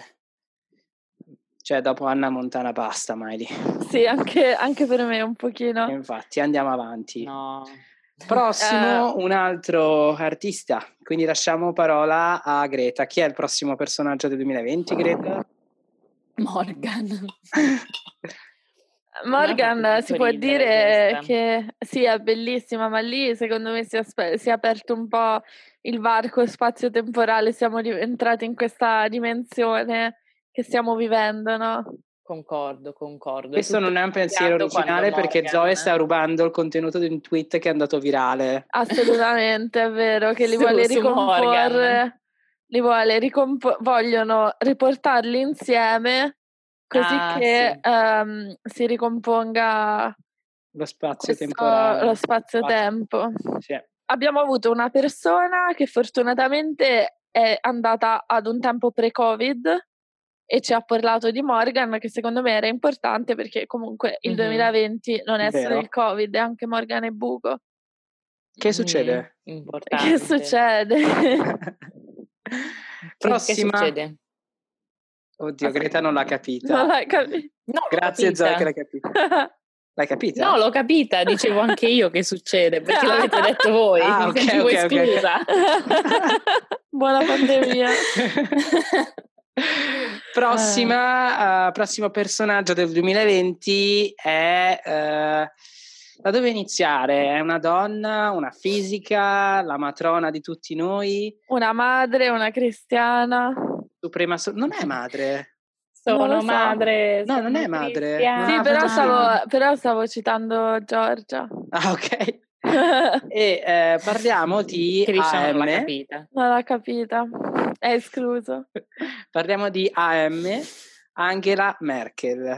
cioè dopo Anna Montana basta Miley. Sì, anche, anche per me un pochino. E infatti andiamo avanti. No. Prossimo Eh. un altro artista, quindi lasciamo parola a Greta. Chi è il prossimo personaggio del duemilaventi, Greta? Morgan. Morgan No, si può ridere dire questa. che sì, è bellissima, ma lì secondo me si, aspe- si è aperto un po' il varco spazio-temporale, siamo ri- entrati in questa dimensione che stiamo vivendo, no? Concordo, concordo. Questo non è un pensiero cambiato originale quando perché Morgan- Zoe sta rubando il contenuto di un tweet che è andato virale. Assolutamente, è vero, che li Su- vuole su Morgan. ricomporre, li vuole ricompo- vogliono riportarli insieme così Ah, che sì. ehm, si ricomponga Lo spazio questo- temporale. lo spazio-tempo. Sì. Abbiamo avuto una persona che fortunatamente è andata ad un tempo pre-Covid e ci ha parlato di Morgan, che secondo me era importante perché comunque il Mhm. duemilaventi non è Vero. solo il Covid, è anche Morgan e Buco. Che succede? Mm, importante. Che succede? Che- Prossima. Che succede? Oddio, Greta non l'ha capita. Non l'hai capito? No, l'ho Grazie capita. Zoe che l'hai capita. L'hai capita? No, l'ho capita, dicevo anche io che succede, perché l'avete detto voi, Ah, mi ok, sentivo ok, ok, ok. esclusa. Buona pandemia. Prossima, uh, prossimo personaggio del duemilaventi è... Uh, da dove iniziare? È una donna, una fisica, la matrona di tutti noi? Una madre, una cristiana. Suprema... So- non è madre. Non lo Sono so. madre, No, non sono è madre. cristiana. Non Sì, ha però fatto stavo, però stavo citando Giorgia. Ah, ok. E eh, parliamo di Christian non l'ha A M. capita. Non l'ha capita. È escluso. Parliamo di A M, Angela Merkel.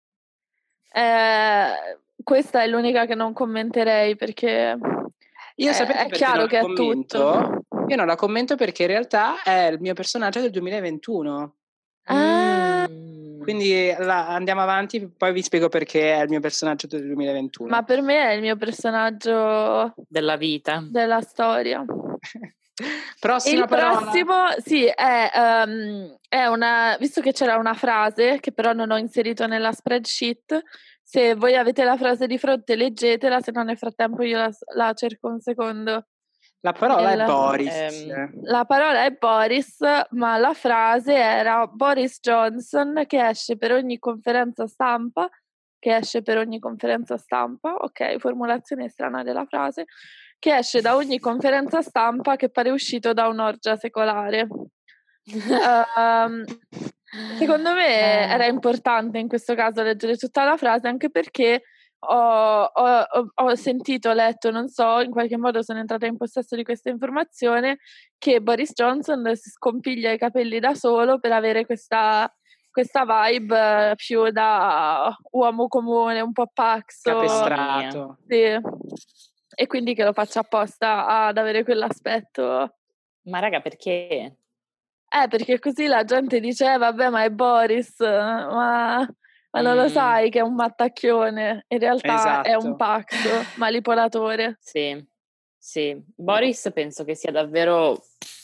Eh, questa è l'unica che non commenterei perché Io è, sapete è perché chiaro non che la è tutto. commento? Io non la commento perché in realtà è il mio personaggio del duemilaventuno. Ah, Mm. Quindi la, andiamo avanti, poi vi spiego perché è il mio personaggio del duemilaventuno. ma per me è il mio personaggio Della vita. della storia. Prossima Il parola. prossimo, sì, è, um, è una, visto che c'era una frase che però non ho inserito nella spreadsheet, se voi avete la frase di fronte leggetela, se no nel frattempo io la, la cerco un secondo. La parola Nel- è Boris. Ehm, La parola è Boris, ma la frase era Boris Johnson che esce per ogni conferenza stampa, che esce per ogni conferenza stampa, ok, formulazione strana della frase, che esce da ogni conferenza stampa che pare uscito da un'orgia secolare. Um, secondo me era importante in questo caso leggere tutta la frase, anche perché ho, ho, ho sentito, letto, non so, in qualche modo sono entrata in possesso di questa informazione che Boris Johnson si scompiglia i capelli da solo per avere questa, questa vibe più da uomo comune, un po' paxo. Capestrato. Sì. E quindi che lo faccia apposta ad avere quell'aspetto. Ma raga, perché? Eh, perché così la gente dice, eh, vabbè, ma è Boris, ma... Ma non Mm. lo sai che è un mattacchione, in realtà Esatto. è un pazzo manipolatore. Sì, sì. Boris penso che sia davvero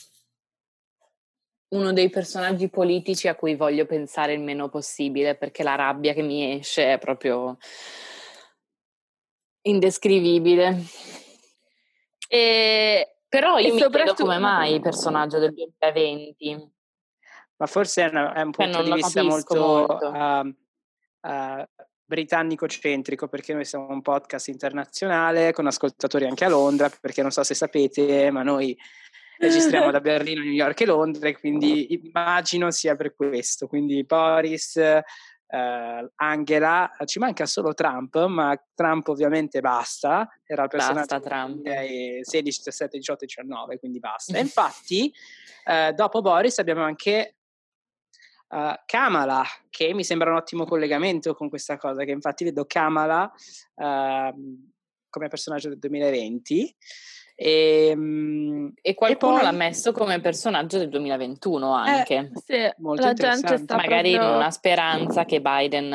uno dei personaggi politici a cui voglio pensare il meno possibile, perché la rabbia che mi esce è proprio indescrivibile. E, Però io e mi soprattutto... chiedo come mai il personaggio del duemilaventi. Ma forse è, una, è un punto non di lo vista capisco molto, molto. Uh, uh, britannico-centrico, perché noi siamo un podcast internazionale con ascoltatori anche a Londra, perché non so se sapete, ma noi registriamo da Berlino, New York e Londra, e quindi immagino sia per questo. Quindi Boris, uh, Angela, ci manca solo Trump, ma Trump ovviamente basta, era il personaggio Basta Trump. duemilasedici, diciassette, diciotto, diciannove, quindi basta. E infatti uh, dopo Boris abbiamo anche Uh, Kamala, che mi sembra un ottimo collegamento con questa cosa, che infatti vedo Kamala uh, come personaggio del duemilaventi e, um, e qualcuno e poi, l'ha messo come personaggio del duemilaventuno anche. Eh, sì, molto la interessante. gente sta magari proprio... in una speranza che Biden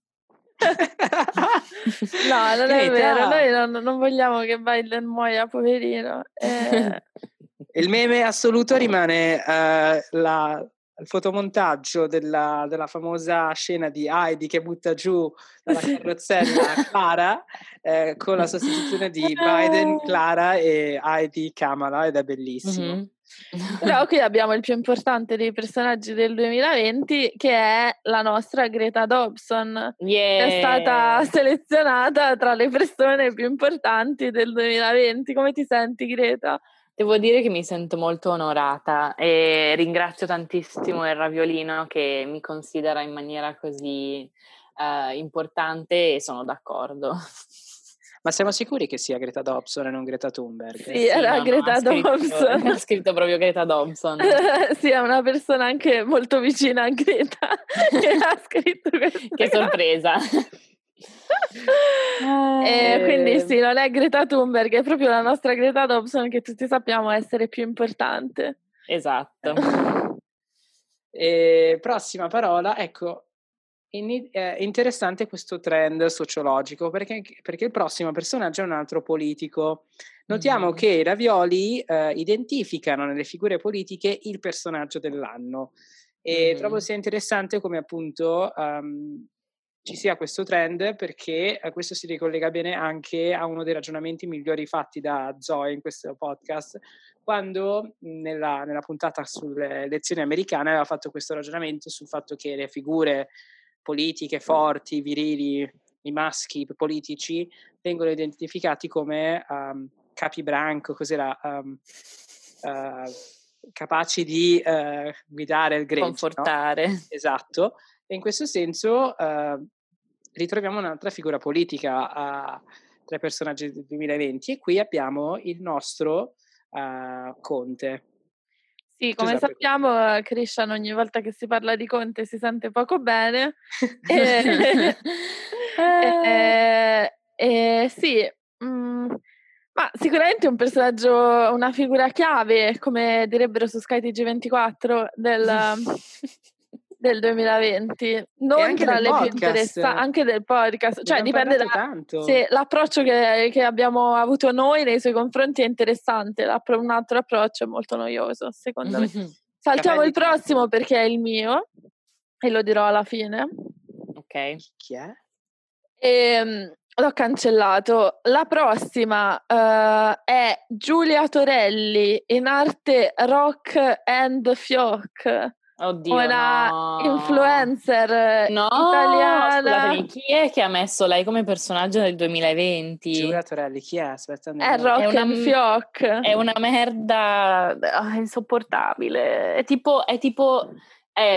no, non è vero, noi non, non vogliamo che Biden muoia, poverino. Eh... Il meme assoluto rimane uh, la, il fotomontaggio della, della famosa scena di Heidi che butta giù dalla carrozzella Clara eh, con la sostituzione di Biden, Clara e Heidi Kamala, ed è bellissimo. Mm-hmm. Però qui abbiamo il più importante dei personaggi del duemilaventi, che è la nostra Greta Dobson, yeah. che è stata selezionata tra le persone più importanti del duemilaventi. Come ti senti, Greta? Devo dire che mi sento molto onorata e ringrazio tantissimo il Raviolino che mi considera in maniera così uh, importante, e sono d'accordo. Ma siamo sicuri che sia Greta Dobson e non Greta Thunberg? Sì, sì, era no, Greta no, ha Dobson. Scritto, ha scritto proprio Greta Dobson. Sì, è una persona anche molto vicina a Greta che ha scritto questo. Che sorpresa. E quindi sì, non è Greta Thunberg, è proprio la nostra Greta Dobson, che tutti sappiamo essere più importante. Esatto. E prossima parola, ecco, in, è interessante questo trend sociologico, perché, perché il prossimo personaggio è un altro politico. Notiamo mm. che i Ravioli eh, identificano nelle figure politiche il personaggio dell'anno, e mm. trovo sia interessante come appunto um, ci sia questo trend, perché eh, questo si ricollega bene anche a uno dei ragionamenti migliori fatti da Zoe in questo podcast, quando nella, nella puntata sulle elezioni americane aveva fatto questo ragionamento sul fatto che le figure politiche forti, virili, i maschi politici vengono identificati come um, capibranco, cos'era, um, uh, capaci di uh, guidare il gregge, confortare, no? Esatto. E in questo senso uh, ritroviamo un'altra figura politica uh, tra i personaggi del duemilaventi, e qui abbiamo il nostro uh, Conte. Sì, come Giuseppe. sappiamo, Christian ogni volta che si parla di Conte si sente poco bene. e, e, e, sì, mm, ma sicuramente un personaggio, una figura chiave, come direbbero su Sky T G ventiquattro, del, del duemilaventi. Non tra le podcast. più interessanti, anche del podcast. Ne cioè dipende da tanto. se l'approccio che, che abbiamo avuto noi nei suoi confronti è interessante, un altro approccio è molto noioso, secondo me. Saltiamo Capelli il prossimo tanto. Perché è il mio e lo dirò alla fine. Ok. Chi è? E, l'ho cancellato. La prossima uh, è Giulia Torelli, in arte Rock and Fioc. Oddio, una no. influencer no, italiana. Scusatemi, chi è che ha messo lei come personaggio del duemilaventi? Giulia Torelli, chi è? Aspetta, è Rock è una, and Fioc. È una merda oh, insopportabile. È tipo, è tipo, è,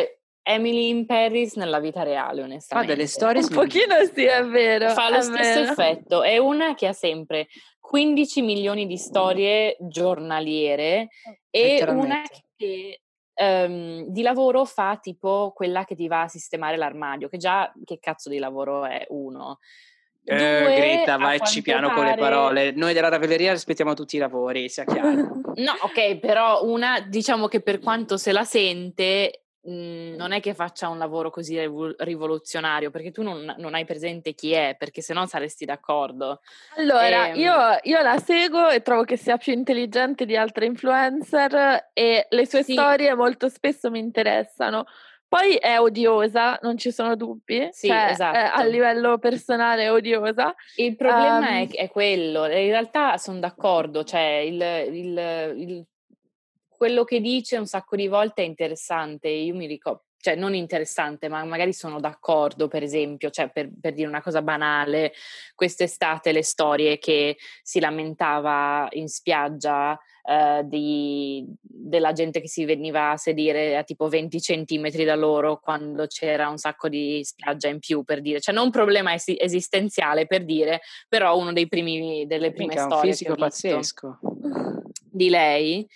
Emily in Paris nella vita reale, Fa onestamente. delle storie Un pochino sì, è vero. Fa lo è stesso vero. effetto. È una che ha sempre quindici milioni di storie giornaliere e una Letteralmente. che ehm, di lavoro fa tipo quella che ti va a sistemare l'armadio, che già che cazzo di lavoro è uno. Eh, Due, Greta, a vaici quanto piano con le pare- parole. Noi della Ravelleria rispettiamo tutti i lavori, sia chiaro. No, ok, però una diciamo che per quanto se la sente mh, non è che faccia un lavoro così rivo- rivoluzionario, perché tu non, non hai presente chi è, perché sennò saresti d'accordo. Allora, Ehm, io, io la seguo e trovo che sia più intelligente di altre influencer e le sue Sì. storie molto spesso mi interessano. Poi è odiosa, non ci sono dubbi, Sì, cioè esatto. eh, a livello personale è odiosa. Il problema Um, è, è quello, in realtà sono d'accordo, cioè il, il- il- quello che dice un sacco di volte è interessante, io mi ricordo, cioè non interessante, ma magari sono d'accordo, per esempio, cioè per, per dire una cosa banale, quest'estate le storie che si lamentava in spiaggia eh, di, della gente che si veniva a sedere a tipo venti centimetri da loro quando c'era un sacco di spiaggia in più, per dire, cioè non un problema esi- esistenziale, per dire, però uno dei primi, delle prime Minchia, un storie fisico che ho visto pazzesco. di lei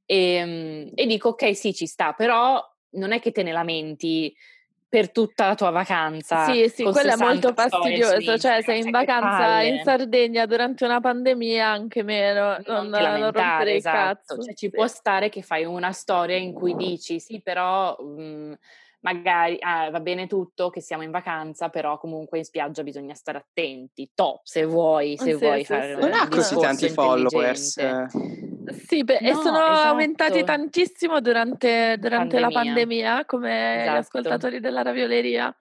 e, e dico ok sì ci sta, però non è che te ne lamenti per tutta la tua vacanza. Sì, sì, con quello è molto sessanta storie su fastidioso, cioè sei Instagram, in cioè, che vacanza in palle. Sardegna durante una pandemia, anche meno, non, Non ti non rompere lamentare, il esatto, cazzo. cioè ci Sì. può stare che fai una storia in cui dici sì però mh, magari ah, va bene tutto che siamo in vacanza, però comunque in spiaggia bisogna stare attenti, top, se vuoi, se Sì, vuoi sì, fare sì. Non un ha così discorso tanti followers. intelligente. Sì, beh, e No, sono aumentati esatto. tantissimo durante, durante la Pandemia. pandemia, come gli Esatto. ascoltatori della ravioleria.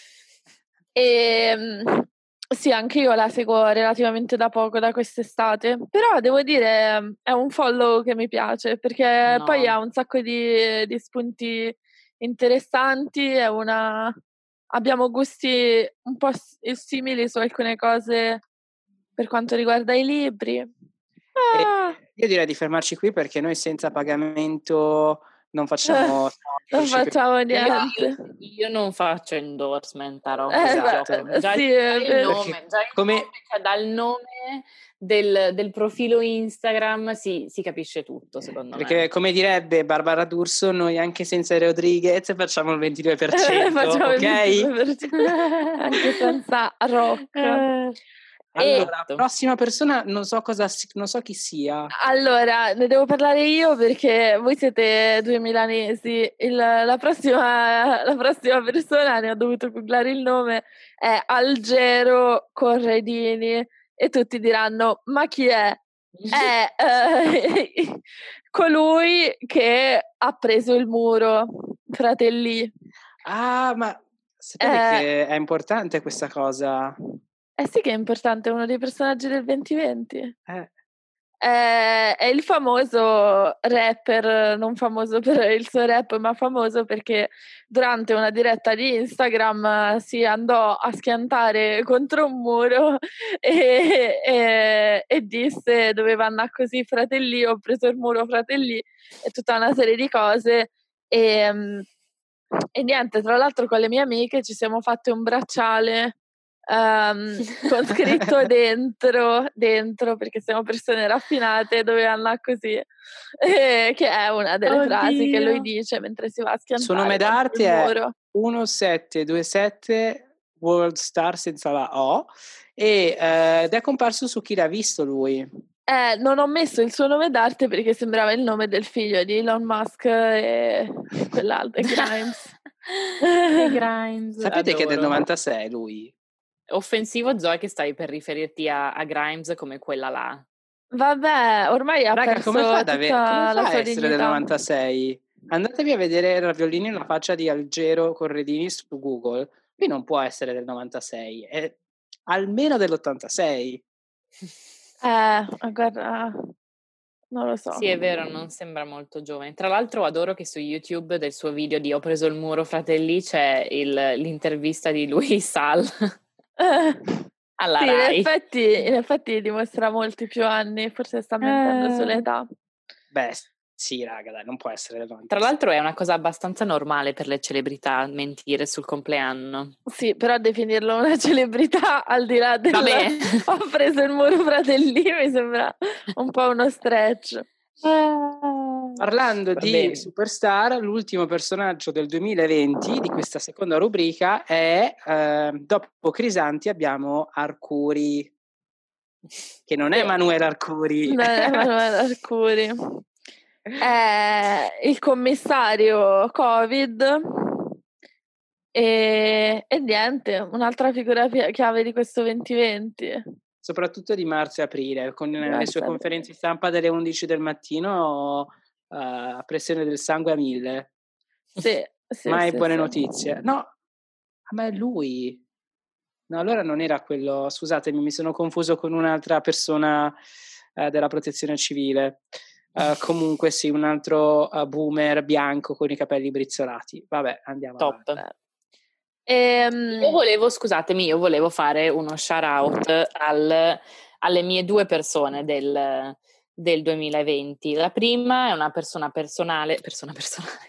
E mm, sì, anche io la seguo relativamente da poco, da quest'estate, però devo dire mm, è un follow che mi piace, perché No. poi ha un sacco di, di spunti interessanti, è una... abbiamo gusti un po' s- simili su alcune cose per quanto riguarda i libri. Ah, E io direi di fermarci qui perché noi senza pagamento non facciamo non facciamo Io, niente. io non faccio endorsement a roba. Eh, Esatto. beh, Già, sì, già è il vero. nome, Perché già il come- nome, cioè dal nome del, del profilo Instagram si, si capisce tutto, secondo Perché me. come direbbe Barbara D'Urso, noi anche senza Rodriguez facciamo il ventidue per cento, Facciamo il ok? ventidue per cento. Anche senza rock. Eh, Allora, esatto. prossima persona non so cosa si- non so chi sia. Allora, ne devo parlare io perché voi siete due milanesi. Il- la, prossima, la prossima persona, ne ho dovuto googlare il nome, è Algero Corredini e tutti diranno, ma chi è? È eh, colui che ha preso il muro, Fratelli. Ah, ma sapete Eh, che è importante questa cosa? eh sì che è importante, è uno dei personaggi del duemilaventi. Eh. È, è il famoso rapper, non famoso per il suo rap, ma famoso perché durante una diretta di Instagram si andò a schiantare contro un muro e, e, e disse doveva andare così fratelli, ho preso il muro fratelli e tutta una serie di cose e, e niente, tra l'altro con le mie amiche ci siamo fatte un bracciale Um, con scritto dentro, dentro perché siamo persone raffinate, doveva andare così, eh, che è una delle Oddio. frasi che lui dice mentre si va a Il schiantare suo nome contro d'arte il è muro. uno sette due sette World Star senza la O e, eh, ed è comparso su Chi l'ha visto lui. Eh, non ho messo il suo nome d'arte perché sembrava il nome del figlio di Elon Musk e, e quell'altro, e Grimes. E Grimes, Sapete che è del adoro. novantasei lui? Offensivo, Zoe, che stavi per riferirti a, a Grimes come quella là. Vabbè, ormai ha Raga, perso come fa, ad ave- tutta come la fa a sua essere del dignità. novantasei? Andatevi a vedere Raviolini nella faccia di Algero Corredini su Google. Lui non può essere del novantasei, è almeno dell'ottantasei. Eh, guarda, non lo so. Sì, è vero, non sembra molto giovane. Tra l'altro adoro che su YouTube del suo video di Ho preso il muro, fratelli, c'è il, l'intervista di lui Sal Eh, alla sì, in Rai. effetti, in effetti dimostra molti più anni, forse sta mentendo Eh. sull'età. Beh, Sì, raga, dai, non può essere davanti. Tra l'altro è una cosa abbastanza normale per le celebrità mentire sul compleanno. Sì, però definirlo una celebrità al di là del Vabbè. ho preso il Muro Fratelli mi sembra un po' uno stretch. Parlando Va di bene. superstar, l'ultimo personaggio del duemilaventi di questa seconda rubrica è, eh, dopo Crisanti abbiamo Arcuri, che non Sì. è Emanuele Arcuri. Non è Emanuele Arcuri. È il commissario Covid e, e niente, un'altra figura chiave di questo duemilaventi. Soprattutto di marzo e aprile, con Marzo le sue e conferenze stampa delle undici del mattino, uh, a pressione del sangue a mille. Sì, sì, Mai sì, buone sì. notizie. No, ma è lui. No, allora non era quello, scusatemi, mi sono confuso con un'altra persona uh, della protezione civile. Uh, comunque sì, un altro uh, boomer bianco con i capelli brizzolati. Vabbè, andiamo Top. avanti. Ehm, Io volevo, scusatemi, io volevo fare uno shout out al, alle mie due persone del, del duemilaventi. La prima è una persona personale, persona personale.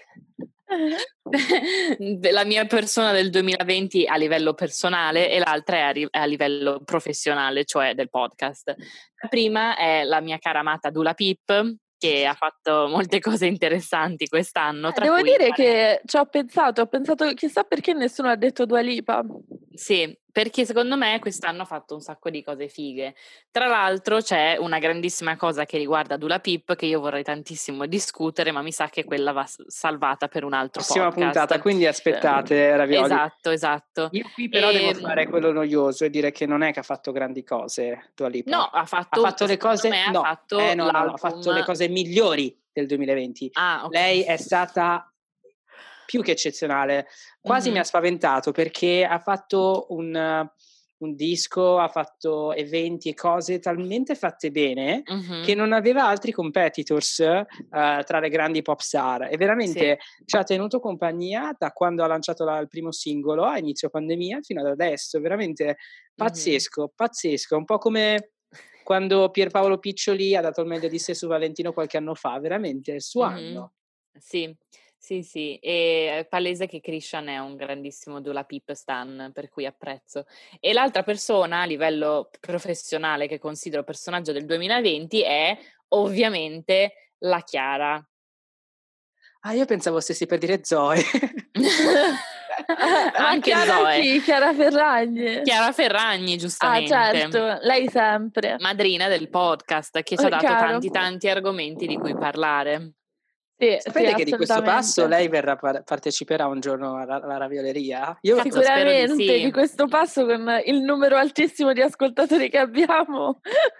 La mia persona del duemilaventi a livello personale e l'altra è a, ri- a livello professionale, cioè del podcast. La prima è la mia cara amata Dula Pip, che ha fatto molte cose interessanti quest'anno. Tra Devo cui dire fare... che ci ho pensato, ho pensato chissà perché nessuno ha detto Dua Lipa. Sì, perché secondo me quest'anno ha fatto un sacco di cose fighe. Tra l'altro c'è una grandissima cosa che riguarda Dula Pip che io vorrei tantissimo discutere, ma mi sa che quella va salvata per un altro Prossima podcast. puntata, quindi aspettate, Ravioli. Esatto, esatto. Io qui però e... devo fare quello noioso e dire che non è che ha fatto grandi cose Dua Lipa. No, ha fatto, ha fatto le cose me, no, ha fatto eh, no, no, no, ha l'album... fatto le cose migliori del duemilaventi. Ah, okay. Lei è stata più che eccezionale, quasi mm-hmm. mi ha spaventato perché ha fatto un, un disco, ha fatto eventi e cose talmente fatte bene mm-hmm. che non aveva altri competitors uh, tra le grandi pop star e veramente sì. Ci ha tenuto compagnia da quando ha lanciato la, il primo singolo a inizio pandemia fino ad adesso, veramente pazzesco, mm-hmm. pazzesco, un po' come quando Pierpaolo Piccioli ha dato il meglio di sé su Valentino qualche anno fa, veramente è il suo mm-hmm. anno. Sì, sì, sì, e è palese che Christian è un grandissimo Dula Pip stan, per cui apprezzo. E l'altra persona a livello professionale che considero personaggio del duemilaventi è ovviamente la Chiara. Ah, io pensavo stessi per dire Zoe. Anche Chiara Zoe. Chi? Chiara Ferragni. Chiara Ferragni, giustamente. Ah, certo, lei sempre. Madrina del podcast, che ci ha dato Caro. tanti tanti argomenti di cui parlare. Sì, sapete sì, che di questo passo lei verrà parteciperà un giorno alla, alla ravioleria? Io sicuramente di, sì. di questo passo con il numero altissimo di ascoltatori che abbiamo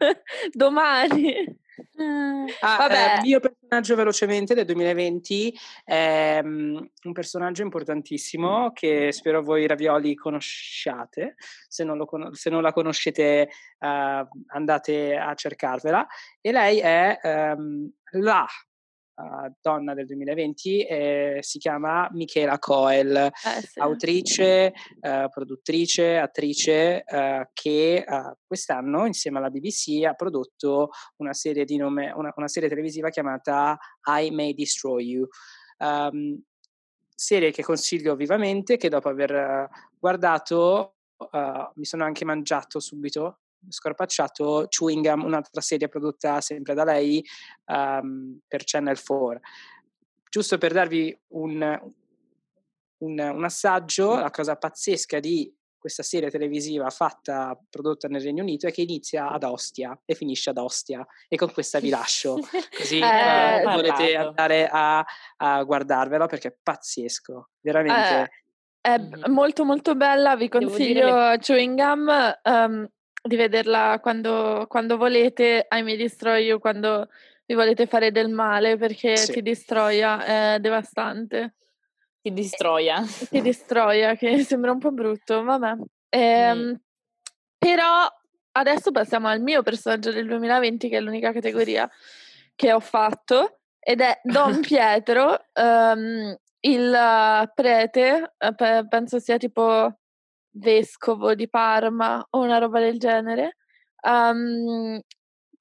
domani. Ah, Vabbè. Eh, mio personaggio velocemente del duemilaventi è um, un personaggio importantissimo che spero voi ravioli conosciate, se non, lo con- se non la conoscete uh, andate a cercarvela, e lei è um, la uh, donna del duemilaventi, eh, si chiama Michaela Coel, eh, sì. autrice, uh, produttrice, attrice uh, che uh, quest'anno insieme alla B B C ha prodotto una serie di nome, una, una serie televisiva chiamata I May Destroy You, um, serie che consiglio vivamente, che dopo aver guardato uh, mi sono anche mangiato subito, scorpacciato Chewing Gum, un'altra serie prodotta sempre da lei um, per Channel quattro. Giusto per darvi un, un, un assaggio, la cosa pazzesca di questa serie televisiva fatta, prodotta nel Regno Unito, è che inizia ad Ostia e finisce ad Ostia, e con questa vi lascio, così eh, eh, volete andare a, a guardarvela perché è pazzesco, veramente. Eh, è mm-hmm. molto molto bella, vi consiglio le... Chewing Gum, um, di vederla quando, quando volete, I May Destroy You, quando vi volete fare del male, perché sì. ti distroia, è devastante. Ti distroia. Ti distroia, che sembra un po' brutto, vabbè. Ehm, mm. Però adesso passiamo al mio personaggio del duemilaventi, che è l'unica categoria che ho fatto, ed è Don Pietro, um, il prete, pe- penso sia tipo vescovo di Parma o una roba del genere, um,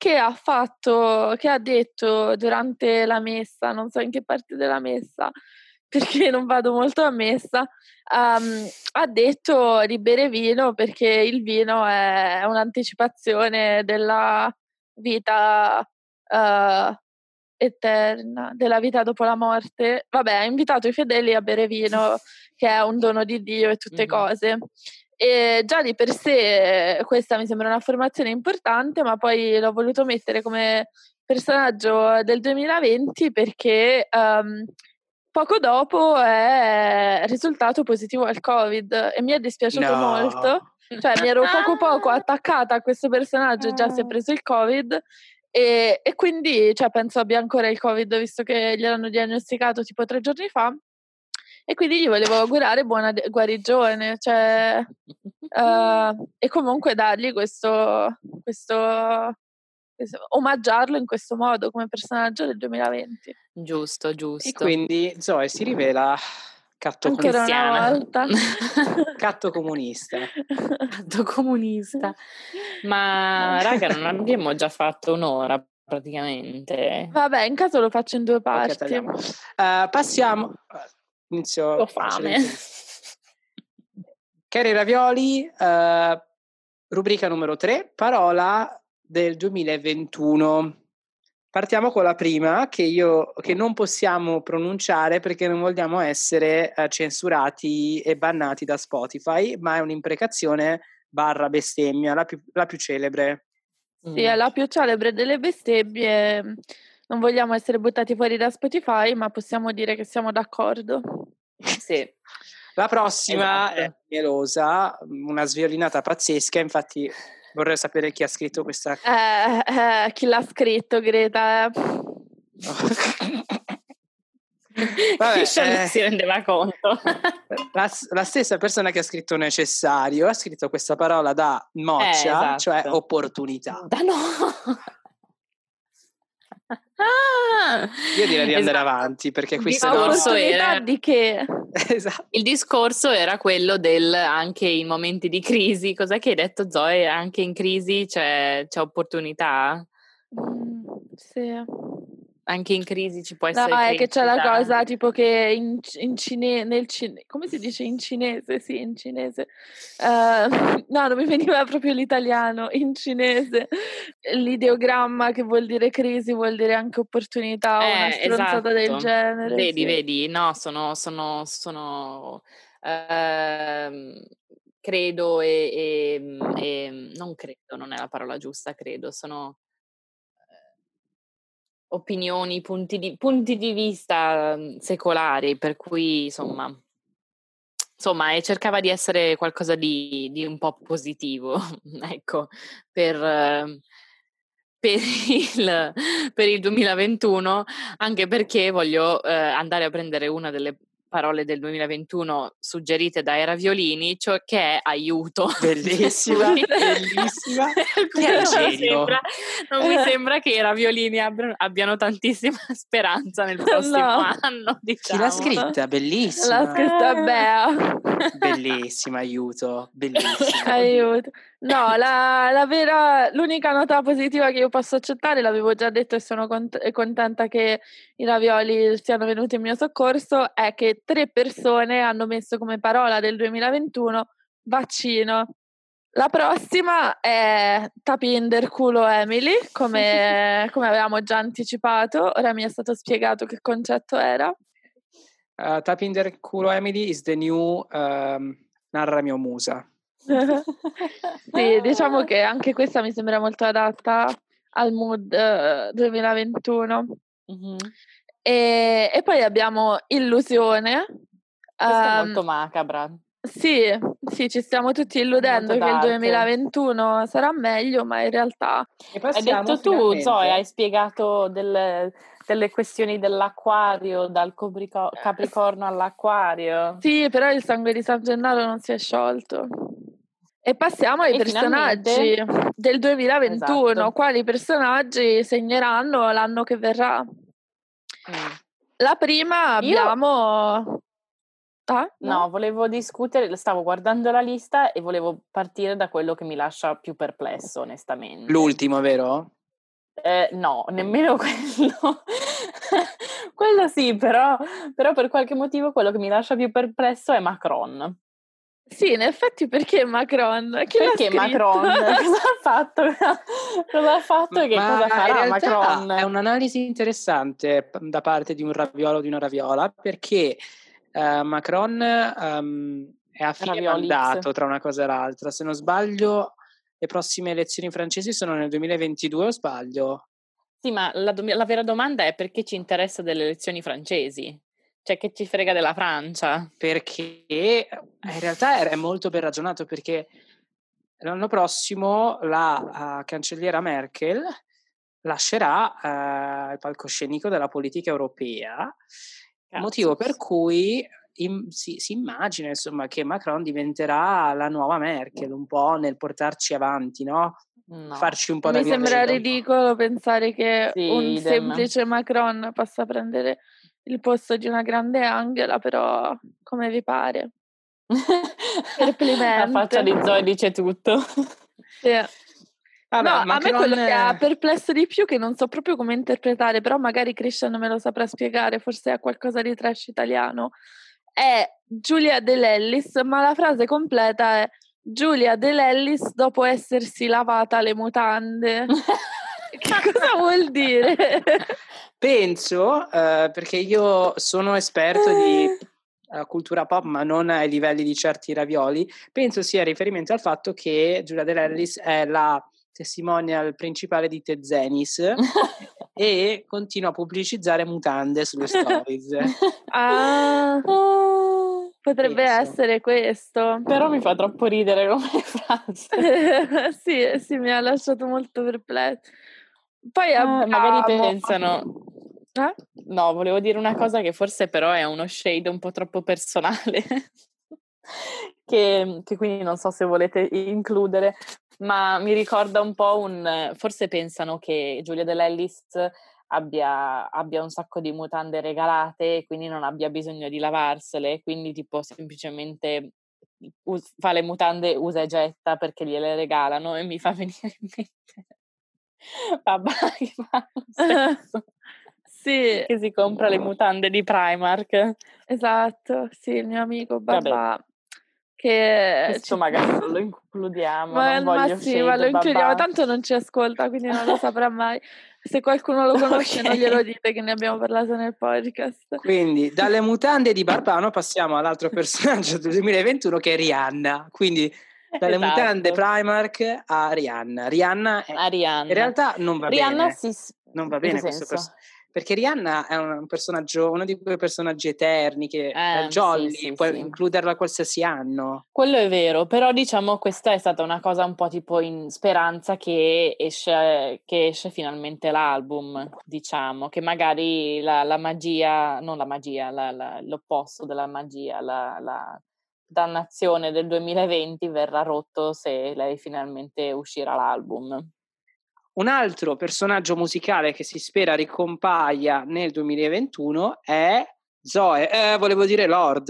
che ha fatto, che ha detto durante la messa, non so in che parte della messa, perché non vado molto a messa, um, ha detto di bere vino perché il vino è un'anticipazione della vita uh, eterna, della vita dopo la morte. Vabbè, ha invitato i fedeli a bere vino, che è un dono di Dio e tutte mm-hmm. cose. E già di per sé questa mi sembra un'affermazione importante, ma poi l'ho voluto mettere come personaggio del duemilaventi perché um, poco dopo è risultato positivo al Covid e mi è dispiaciuto no. molto, cioè mi ero poco poco attaccata a questo personaggio, già si è preso il Covid e, e quindi cioè, penso abbia ancora il Covid visto che gliel'hanno diagnosticato tipo tre giorni fa e quindi gli volevo augurare buona de- guarigione, cioè uh, e comunque dargli questo, questo omaggiarlo in questo modo come personaggio del duemilaventi. Giusto, giusto. E quindi Zoe si rivela catto ancora comunista. una volta catto comunista. Catto comunista. Ma raga, non abbiamo già fatto un'ora praticamente. Vabbè, in caso lo faccio in due parti. Okay, uh, passiamo. Inizio. Ho fame. Cari ravioli, uh, rubrica numero tre, parola del duemilaventuno. Partiamo con la prima che io che non possiamo pronunciare perché non vogliamo essere uh, censurati e bannati da Spotify, ma è un'imprecazione barra bestemmia, la più, la più celebre. Sì, è la più celebre delle bestemmie. Non vogliamo essere buttati fuori da Spotify, ma possiamo dire che siamo d'accordo. Sì. La prossima esatto. è mielosa, una sviolinata pazzesca, infatti vorrei sapere chi ha scritto questa. Eh, eh, chi l'ha scritto, Greta? Eh. Vabbè, Christian non eh, si rendeva conto. la, la stessa persona che ha scritto necessario ha scritto questa parola da moccia, eh, esatto. cioè opportunità. Da no! Ah, io direi di andare esatto. avanti perché qui il se discorso no... era di che? esatto. Il discorso era quello del anche in momenti di crisi. Cos'è che hai detto, Zoe? Anche in crisi c'è, c'è opportunità? Mm, sì. Anche in crisi ci può No, essere è che c'è la crescita. cosa tipo che in, in cine, nel cine, come si dice in cinese? Sì, in cinese. Uh, no, non mi veniva proprio l'italiano. In cinese l'ideogramma che vuol dire crisi vuol dire anche opportunità o Eh, una stronzata esatto. del genere. Vedi, sì. vedi, no, sono, sono, sono ehm, credo e, e, e non credo, non è la parola giusta, credo, sono opinioni, punti di, punti di vista secolari, per cui insomma, insomma, e cercava di essere qualcosa di, di un po' positivo, ecco, per, per, il, per il duemilaventuno, anche perché voglio eh, andare a prendere una delle parole del duemilaventuno suggerite dai Raviolini, cioè che è aiuto. Bellissima, bellissima. Chi è il non, mi genio? sembra, non mi sembra che i Raviolini abbiano, abbiano tantissima speranza nel prossimo No. anno, diciamo. Chi l'ha scritta? Bellissima. L'ha scritta Bea. Bellissima, aiuto, bellissima. Aiuto. No, la, la vera, l'unica nota positiva che io posso accettare, l'avevo già detto e sono cont- contenta che i ravioli siano venuti in mio soccorso, è che tre persone hanno messo come parola del duemilaventuno vaccino. La prossima è Tapinder culo Emily, come, come avevamo già anticipato, ora mi è stato spiegato che concetto era. Uh, Tapinder culo Emily is the new um, Narra mio musa. Sì, diciamo che anche questa mi sembra molto adatta al mood uh, duemilaventuno. Mm-hmm. E, e poi abbiamo Illusione. Questa um, è molto macabra. Sì, sì, ci stiamo tutti illudendo che il duemilaventuno sarà meglio, ma in realtà... Hai detto tu, finalmente. Zoe, hai spiegato delle, delle questioni dell'acquario, dal Caprico- Capricorno all'acquario. Sì, però il sangue di San Gennaro non si è sciolto. E passiamo ai e personaggi finalmente... del duemilaventuno. Esatto. Quali personaggi segneranno l'anno che verrà? Mm. La prima abbiamo... Io... Ah, no? no, volevo discutere, stavo guardando la lista e volevo partire da quello che mi lascia più perplesso, onestamente. L'ultimo, vero? Eh, no, nemmeno quello. Quello sì, però, però per qualche motivo quello che mi lascia più perplesso è Macron. Sì, in effetti perché Macron? Chi Perché l'ha scritto? Macron? Cosa ha fatto? Cosa ha fatto e che Ma cosa farà in realtà Macron? è un'analisi interessante da parte di un raviolo o di una raviola, perché uh, Macron um, è a fine Raviolix. mandato tra una cosa e l'altra. Se non sbaglio, le prossime elezioni francesi sono nel duemilaventidue, o sbaglio? Sì, ma la, do- la vera domanda è perché ci interessa delle elezioni francesi? Cioè, che ci frega della Francia? Perché in realtà è molto ben ragionato, perché l'anno prossimo la uh, cancelliera Merkel lascerà uh, il palcoscenico della politica europea, Cazzo. Motivo per cui in, si, si immagina, insomma, che Macron diventerà la nuova Merkel, un po' nel portarci avanti, no? No. Farci un po' da Mi sembra viaggio. ridicolo pensare che Sì, un idem. semplice Macron possa prendere il posto di una grande Angela, però come vi pare? La faccia di Zoe dice tutto. Sì. Vabbè, no, Macron... a me quello che ha perplesso di più, che non so proprio come interpretare, però magari Christian me lo saprà spiegare, forse è qualcosa di trash italiano, è Giulia De Lellis, ma la frase completa è Giulia De Lellis dopo essersi lavata le mutande. Che cosa vuol dire? Penso, uh, perché io sono esperto di uh, cultura pop, ma non ai livelli di certi ravioli, penso sia riferimento al fatto che Giulia De Lellis è la testimonial principale di The Zenis e continua a pubblicizzare mutande sulle stories. Ah, potrebbe Penso. essere questo. Però mi fa troppo ridere come frase. sì, sì, mi ha lasciato molto perplesso. Poi abbiamo... Ah, magari pensano... Eh? No, volevo dire una cosa che forse però è uno shade un po' troppo personale, che, che quindi non so se volete includere, ma mi ricorda un po' un... Forse pensano che Giulia De Lellis abbia, abbia un sacco di mutande regalate e quindi non abbia bisogno di lavarsele, quindi tipo semplicemente us- fa le mutande usa e getta perché gliele regalano, e mi fa venire in mente Babà che fa lo stesso. Sì. Che si compra le mutande di Primark. Esatto, sì, il mio amico Babà. Vabbè. Che Questo ci... magari non lo includiamo, ma, non ma voglio sì, ma lo shade, includiamo, Babà. tanto non ci ascolta, quindi non lo saprà mai. Se qualcuno lo conosce, Ok. non glielo dite che ne abbiamo parlato nel podcast. Quindi dalle mutande di Barbano passiamo all'altro personaggio del duemilaventuno, che è Rihanna. Quindi dalle Esatto. mutande Primark a Rihanna. Rihanna, è, A Rihanna. in realtà non va Rihanna bene. si... Non va In bene che questo senso? personaggio. Perché Rihanna è un personaggio, uno di quei personaggi eterni che Eh, è jolly, sì, sì, puoi sì. includerla qualsiasi anno. Quello è vero, però diciamo questa è stata una cosa un po' tipo in speranza che esce, che esce finalmente l'album, diciamo, che magari la, la magia, non la magia, la, la, l'opposto della magia, la, la dannazione del duemilaventi verrà rotto se lei finalmente uscirà l'album. Un altro personaggio musicale che si spera ricompaia nel duemilaventuno è Zoe, eh, volevo dire Lord,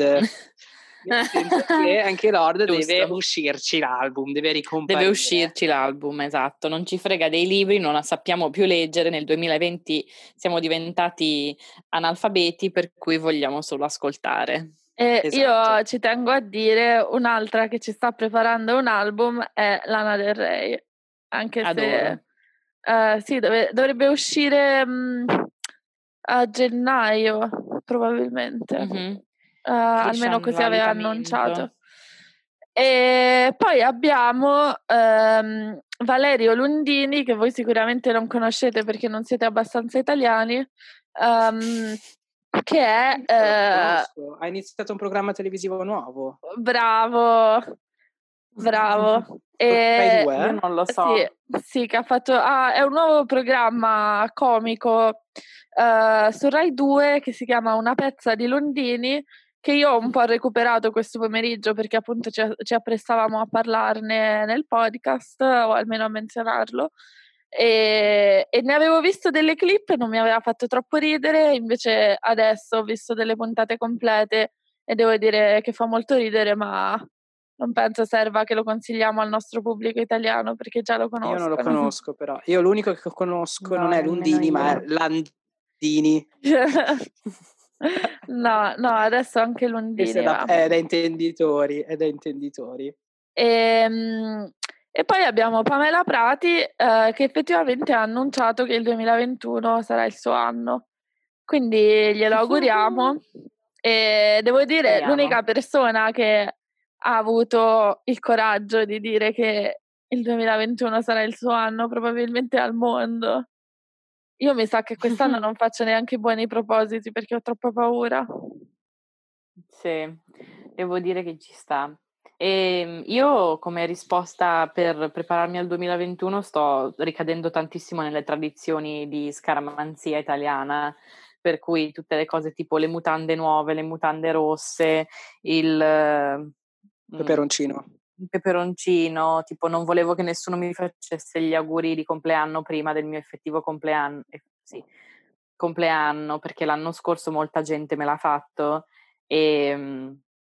nel senso che anche Lord Giusto. deve uscirci l'album, deve ricomparire. Deve uscirci l'album, esatto, non ci frega dei libri, non la sappiamo più leggere, nel duemilaventi siamo diventati analfabeti, per cui vogliamo solo ascoltare. E Esatto. io ci tengo a dire, un'altra che ci sta preparando un album è Lana Del Rey, anche Adoro. se uh, sì, dove, dovrebbe uscire um, a gennaio probabilmente, Mm-hmm. uh, almeno così aveva annunciato. E poi abbiamo um, Valerio Lundini, che voi sicuramente non conoscete perché non siete abbastanza italiani, um, che è uh, ha iniziato un programma televisivo nuovo. Bravo, bravo. E, due, eh? Io non lo so. Sì, sì, che ha fatto. Ah, è un nuovo programma comico uh, su Rai due che si chiama Una pezza di Lundini, che io ho un po' recuperato questo pomeriggio perché appunto ci, ci apprestavamo a parlarne nel podcast, o almeno a menzionarlo. E, e ne avevo visto delle clip e non mi aveva fatto troppo ridere, invece adesso ho visto delle puntate complete e devo dire che fa molto ridere, ma non penso serva che lo consigliamo al nostro pubblico italiano perché già lo conoscono. Io non lo conosco però, io l'unico che conosco No, non è Lundini io. ma è Landini. no, no, adesso anche Lundini è da, è da intenditori, è da intenditori. E, e poi abbiamo Pamela Prati eh, che effettivamente ha annunciato che il duemilaventuno sarà il suo anno, quindi glielo auguriamo. E devo dire, Speriamo. l'unica persona che ha avuto il coraggio di dire che il duemilaventuno sarà il suo anno probabilmente al mondo. Io mi sa che quest'anno non faccio neanche buoni propositi perché ho troppa paura. Sì, devo dire che ci sta. E io come risposta per prepararmi al duemilaventuno sto ricadendo tantissimo nelle tradizioni di scaramanzia italiana, per cui tutte le cose tipo le mutande nuove, le mutande rosse, il peperoncino. Il peperoncino, tipo non volevo che nessuno mi facesse gli auguri di compleanno prima del mio effettivo compleanno, eh, sì, compleanno, perché l'anno scorso molta gente me l'ha fatto e,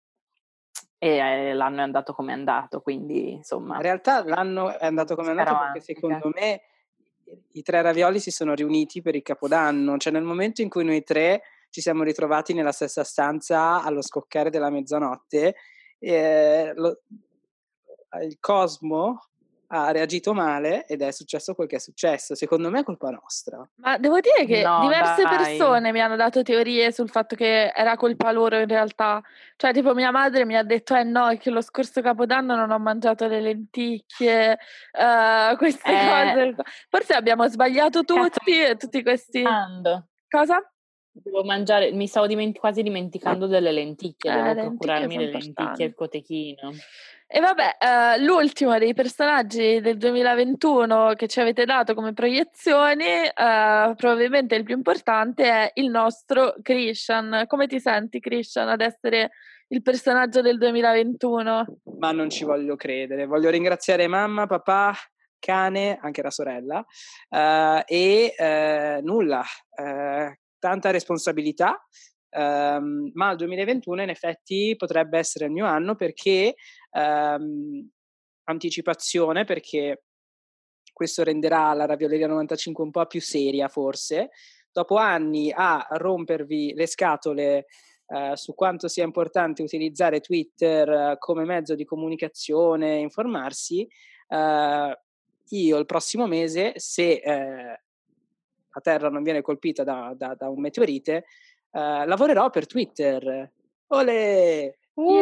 e l'anno è andato come è andato, quindi insomma. In realtà l'anno è andato come è andato perché secondo me i tre ravioli si sono riuniti per il Capodanno, cioè nel momento in cui noi tre ci siamo ritrovati nella stessa stanza allo scoccare della mezzanotte, eh, lo, il cosmo ha reagito male ed è successo quel che è successo. Secondo me è colpa nostra. Ma devo dire che no, diverse dai. persone mi hanno dato teorie sul fatto che era colpa loro in realtà. Cioè, tipo mia madre mi ha detto eh no, è che lo scorso Capodanno non ho mangiato le lenticchie, uh, queste eh, cose. Forse abbiamo sbagliato tutti e tutti questi... Cosa? Devo mangiare, mi stavo diment- quasi dimenticando delle lenticchie, eh, devo lenticchie procurarmi le importanti. lenticchie e il cotechino. E vabbè, uh, l'ultimo dei personaggi del duemilaventuno che ci avete dato come proiezioni, uh, probabilmente il più importante, è il nostro Christian. Come ti senti, Christian, ad essere il personaggio del duemilaventuno? Ma non ci voglio credere. Voglio ringraziare mamma, papà, cane, anche la sorella, uh, e uh, nulla, uh, tanta responsabilità. Um, ma il duemilaventuno in effetti potrebbe essere il mio anno perché um, anticipazione, perché questo renderà la Ravioleria novantacinque un po' più seria forse, dopo anni a rompervi le scatole uh, su quanto sia importante utilizzare Twitter uh, come mezzo di comunicazione, informarsi, uh, io il prossimo mese, se uh, la Terra non viene colpita da, da, da un meteorite, Uh, lavorerò per Twitter. Olè!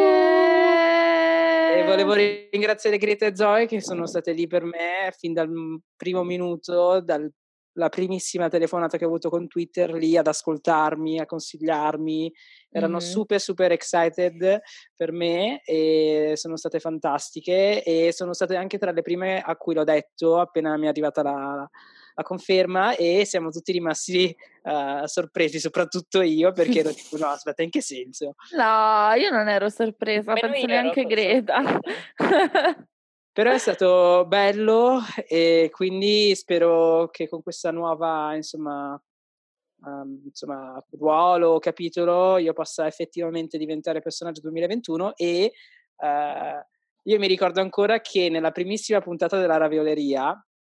Yeah! E volevo ringraziare Greta e Zoe che sono state lì per me fin dal primo minuto, dalla primissima telefonata che ho avuto con Twitter, lì ad ascoltarmi, a consigliarmi. Erano mm-hmm. super super excited per me e sono state fantastiche e sono state anche tra le prime a cui l'ho detto appena mi è arrivata la la conferma e siamo tutti rimasti uh, sorpresi, soprattutto io, perché ero tipo no aspetta, in che senso? No, io non ero sorpresa, Beh, penso neanche Greta. Però è stato bello e quindi spero che con questa nuova insomma um, insomma ruolo, capitolo, io possa effettivamente diventare personaggio duemilaventuno e uh, io mi ricordo ancora che nella primissima puntata della Ravioleria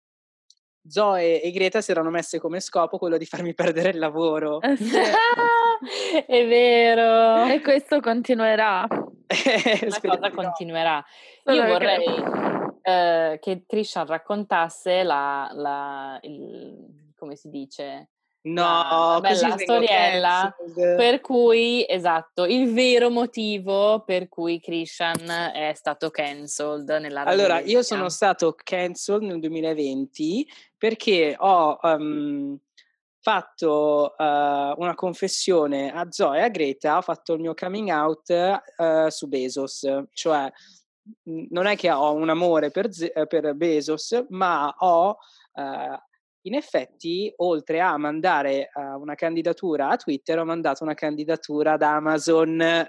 Zoe e Greta si erano messe come scopo quello di farmi perdere il lavoro. Eh sì. È vero. E questo continuerà. La cosa continuerà. Solo Io vorrei che... eh, che Christian raccontasse la, la il, come si dice? No, la, la bella storiella per cui, esatto, il vero motivo per cui Christian è stato cancelled nella Allora, Ravioleria. io sono stato cancelled nel duemilaventi perché ho um, fatto uh, una confessione a Zoe e a Greta, ho fatto il mio coming out uh, su Bezos, cioè non è che ho un amore per, per Bezos, ma ho uh, in effetti, oltre a mandare uh, una candidatura a Twitter, ho mandato una candidatura ad Amazon.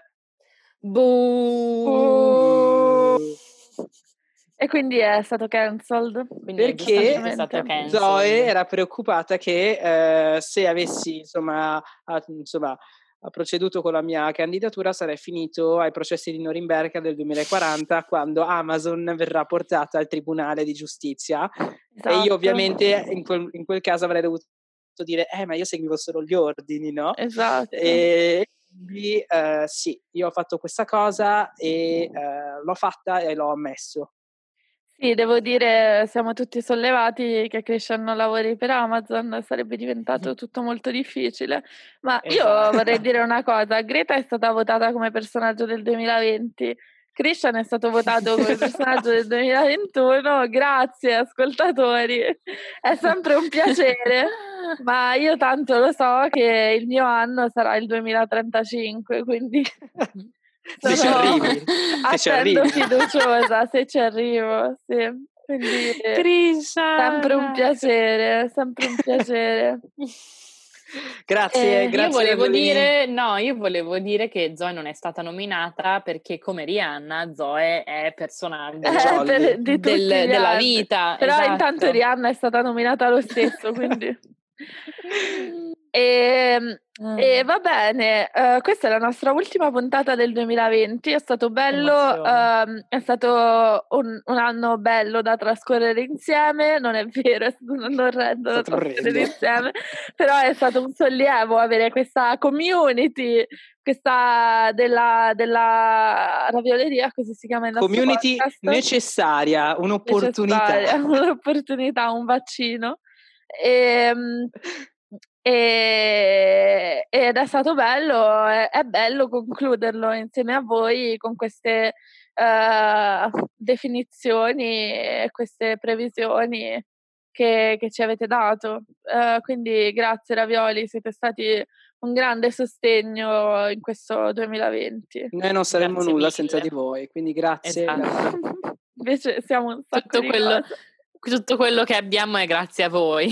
Boo! E quindi è stato cancelled? Quindi perché è stato cancelled. Zoe era preoccupata che eh, se avessi insomma, a, insomma ha proceduto con la mia candidatura, sarei finito ai processi di Norimberga del duemilaquaranta, quando Amazon verrà portata al Tribunale di Giustizia. Esatto. E io ovviamente in quel, in quel caso avrei dovuto dire eh ma io seguivo solo gli ordini, no? Esatto. E quindi eh, sì, io ho fatto questa cosa e eh, l'ho fatta e l'ho ammesso. Sì, devo dire, siamo tutti sollevati che Christian non lavori per Amazon, sarebbe diventato tutto molto difficile. Ma esatto. Io vorrei dire una cosa, Greta è stata votata come personaggio del duemilaventi, Christian è stato votato come personaggio del duemilaventuno, grazie ascoltatori, è sempre un piacere, ma io tanto lo so che il mio anno sarà il duemilatrentacinque, quindi... Se ci arrivi, se ci arrivi. fiduciosa, se ci arrivo, sì. Quindi Christian, sempre un piacere, sempre un piacere. Grazie, eh, grazie. Io volevo Raviolini. dire, no, io volevo dire che Zoe non è stata nominata perché come Rihanna, Zoe è personaggio eh, per, di del, della anni. vita. Però esatto. Intanto Rihanna è stata nominata lo stesso, quindi... E, e va bene, uh, questa è la nostra ultima puntata del duemilaventi, è stato bello, uh, è stato un, un anno bello da trascorrere insieme, non è vero, è stato un anno orrendo da trascorrere insieme, però è stato un sollievo avere questa community, questa della, della ravioleria, così si chiama il nostro community podcast. necessaria, un'opportunità. Necessaria, un'opportunità, un vaccino. E, E, ed è stato bello, è, è bello concluderlo insieme a voi con queste uh, definizioni e queste previsioni che, che ci avete dato. Uh, quindi grazie Ravioli, siete stati un grande sostegno in questo duemilaventi. Noi non saremmo Grazie nulla mille. senza di voi, quindi grazie. Esatto. grazie. Invece siamo un sacco tutto di quello, cose. tutto quello che abbiamo è grazie a voi.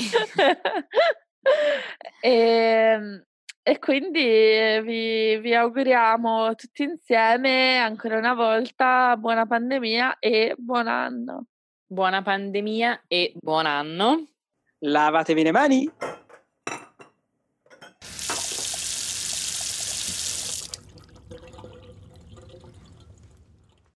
e, e quindi vi, vi auguriamo tutti insieme ancora una volta buona pandemia e buon anno. Buona pandemia e buon anno. Lavatevi le mani.